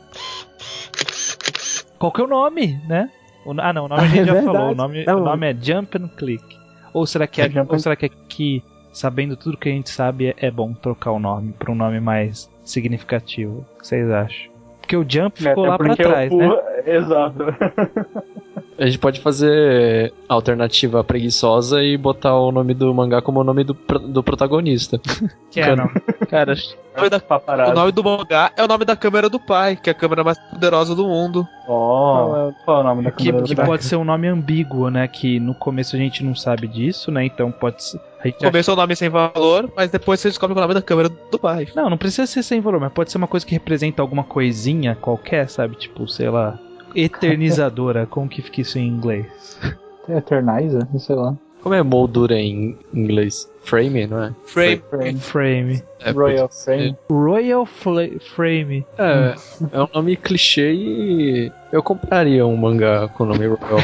S1: Qual que é o nome, né? O nome a gente já
S3: verdade.
S1: falou. O nome é Jump and Click. Ou será que aqui, sabendo tudo que a gente sabe, é bom trocar o nome pra um nome mais significativo? O que vocês acham? Porque o Jump ficou lá pra trás, né?
S5: Exato.
S2: A gente pode fazer a alternativa preguiçosa e botar o nome do mangá como o nome do protagonista.
S1: Que é, não.
S4: Cara, o nome do mangá é o nome da câmera do pai, que é a câmera mais poderosa do mundo.
S5: Qual é o nome da câmera do
S1: Que
S5: pai?
S1: pode ser um nome ambíguo, né? Que no começo a gente não sabe disso, né? Então pode ser...
S4: No começo é um nome sem valor, mas depois você descobre o nome da câmera do pai.
S1: Não precisa ser sem valor, mas pode ser uma coisa que representa alguma coisinha qualquer, sabe? Tipo, sei lá... Eternizadora, como que fica isso em inglês?
S5: Eternizer? Sei lá.
S2: Como é moldura em inglês? Frame, não é?
S1: Frame.
S5: Royal Frame.
S1: Royal Frame.
S2: É um nome clichê e eu compraria um mangá com o nome Royal.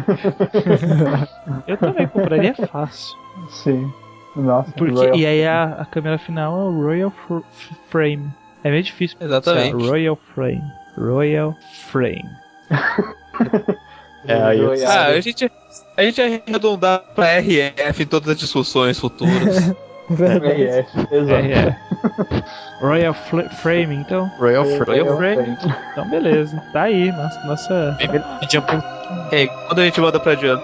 S1: Eu também compraria fácil.
S5: Sim. Nossa.
S1: E aí a câmera final é o Royal Frame. É meio difícil.
S4: Exatamente.
S1: Royal Frame.
S4: A gente vai arredondar pra RF em todas as discussões futuras.
S5: Exato.
S1: Royal Frame, então.
S2: Royal Frame.
S1: Então beleza. Tá aí, nossa...
S4: Quando a gente volta pra Jump?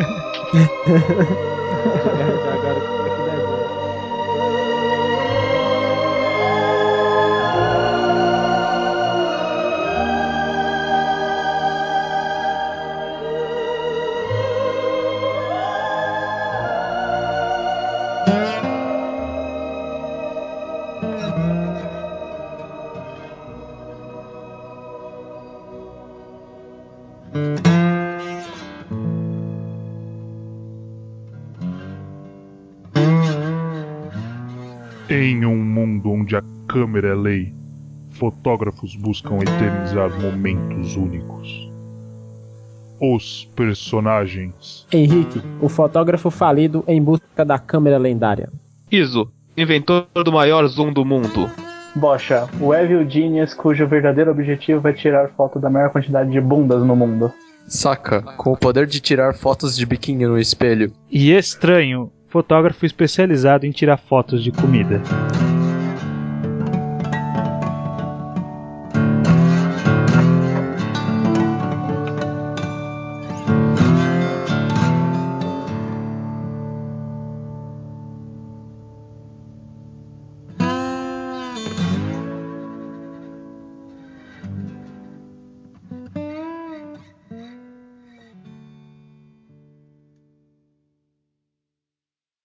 S6: Em um mundo onde a câmera é lei, fotógrafos buscam eternizar momentos únicos. Os personagens.
S3: Henrique, o fotógrafo falido em busca da câmera lendária.
S4: Iso, inventor do maior zoom do mundo.
S5: Bocha, o Evil Genius, cujo verdadeiro objetivo é tirar foto da maior quantidade de bundas no mundo.
S2: Saca, com o poder de tirar fotos de biquíni no espelho.
S1: E Estranho, fotógrafo especializado em tirar fotos de comida.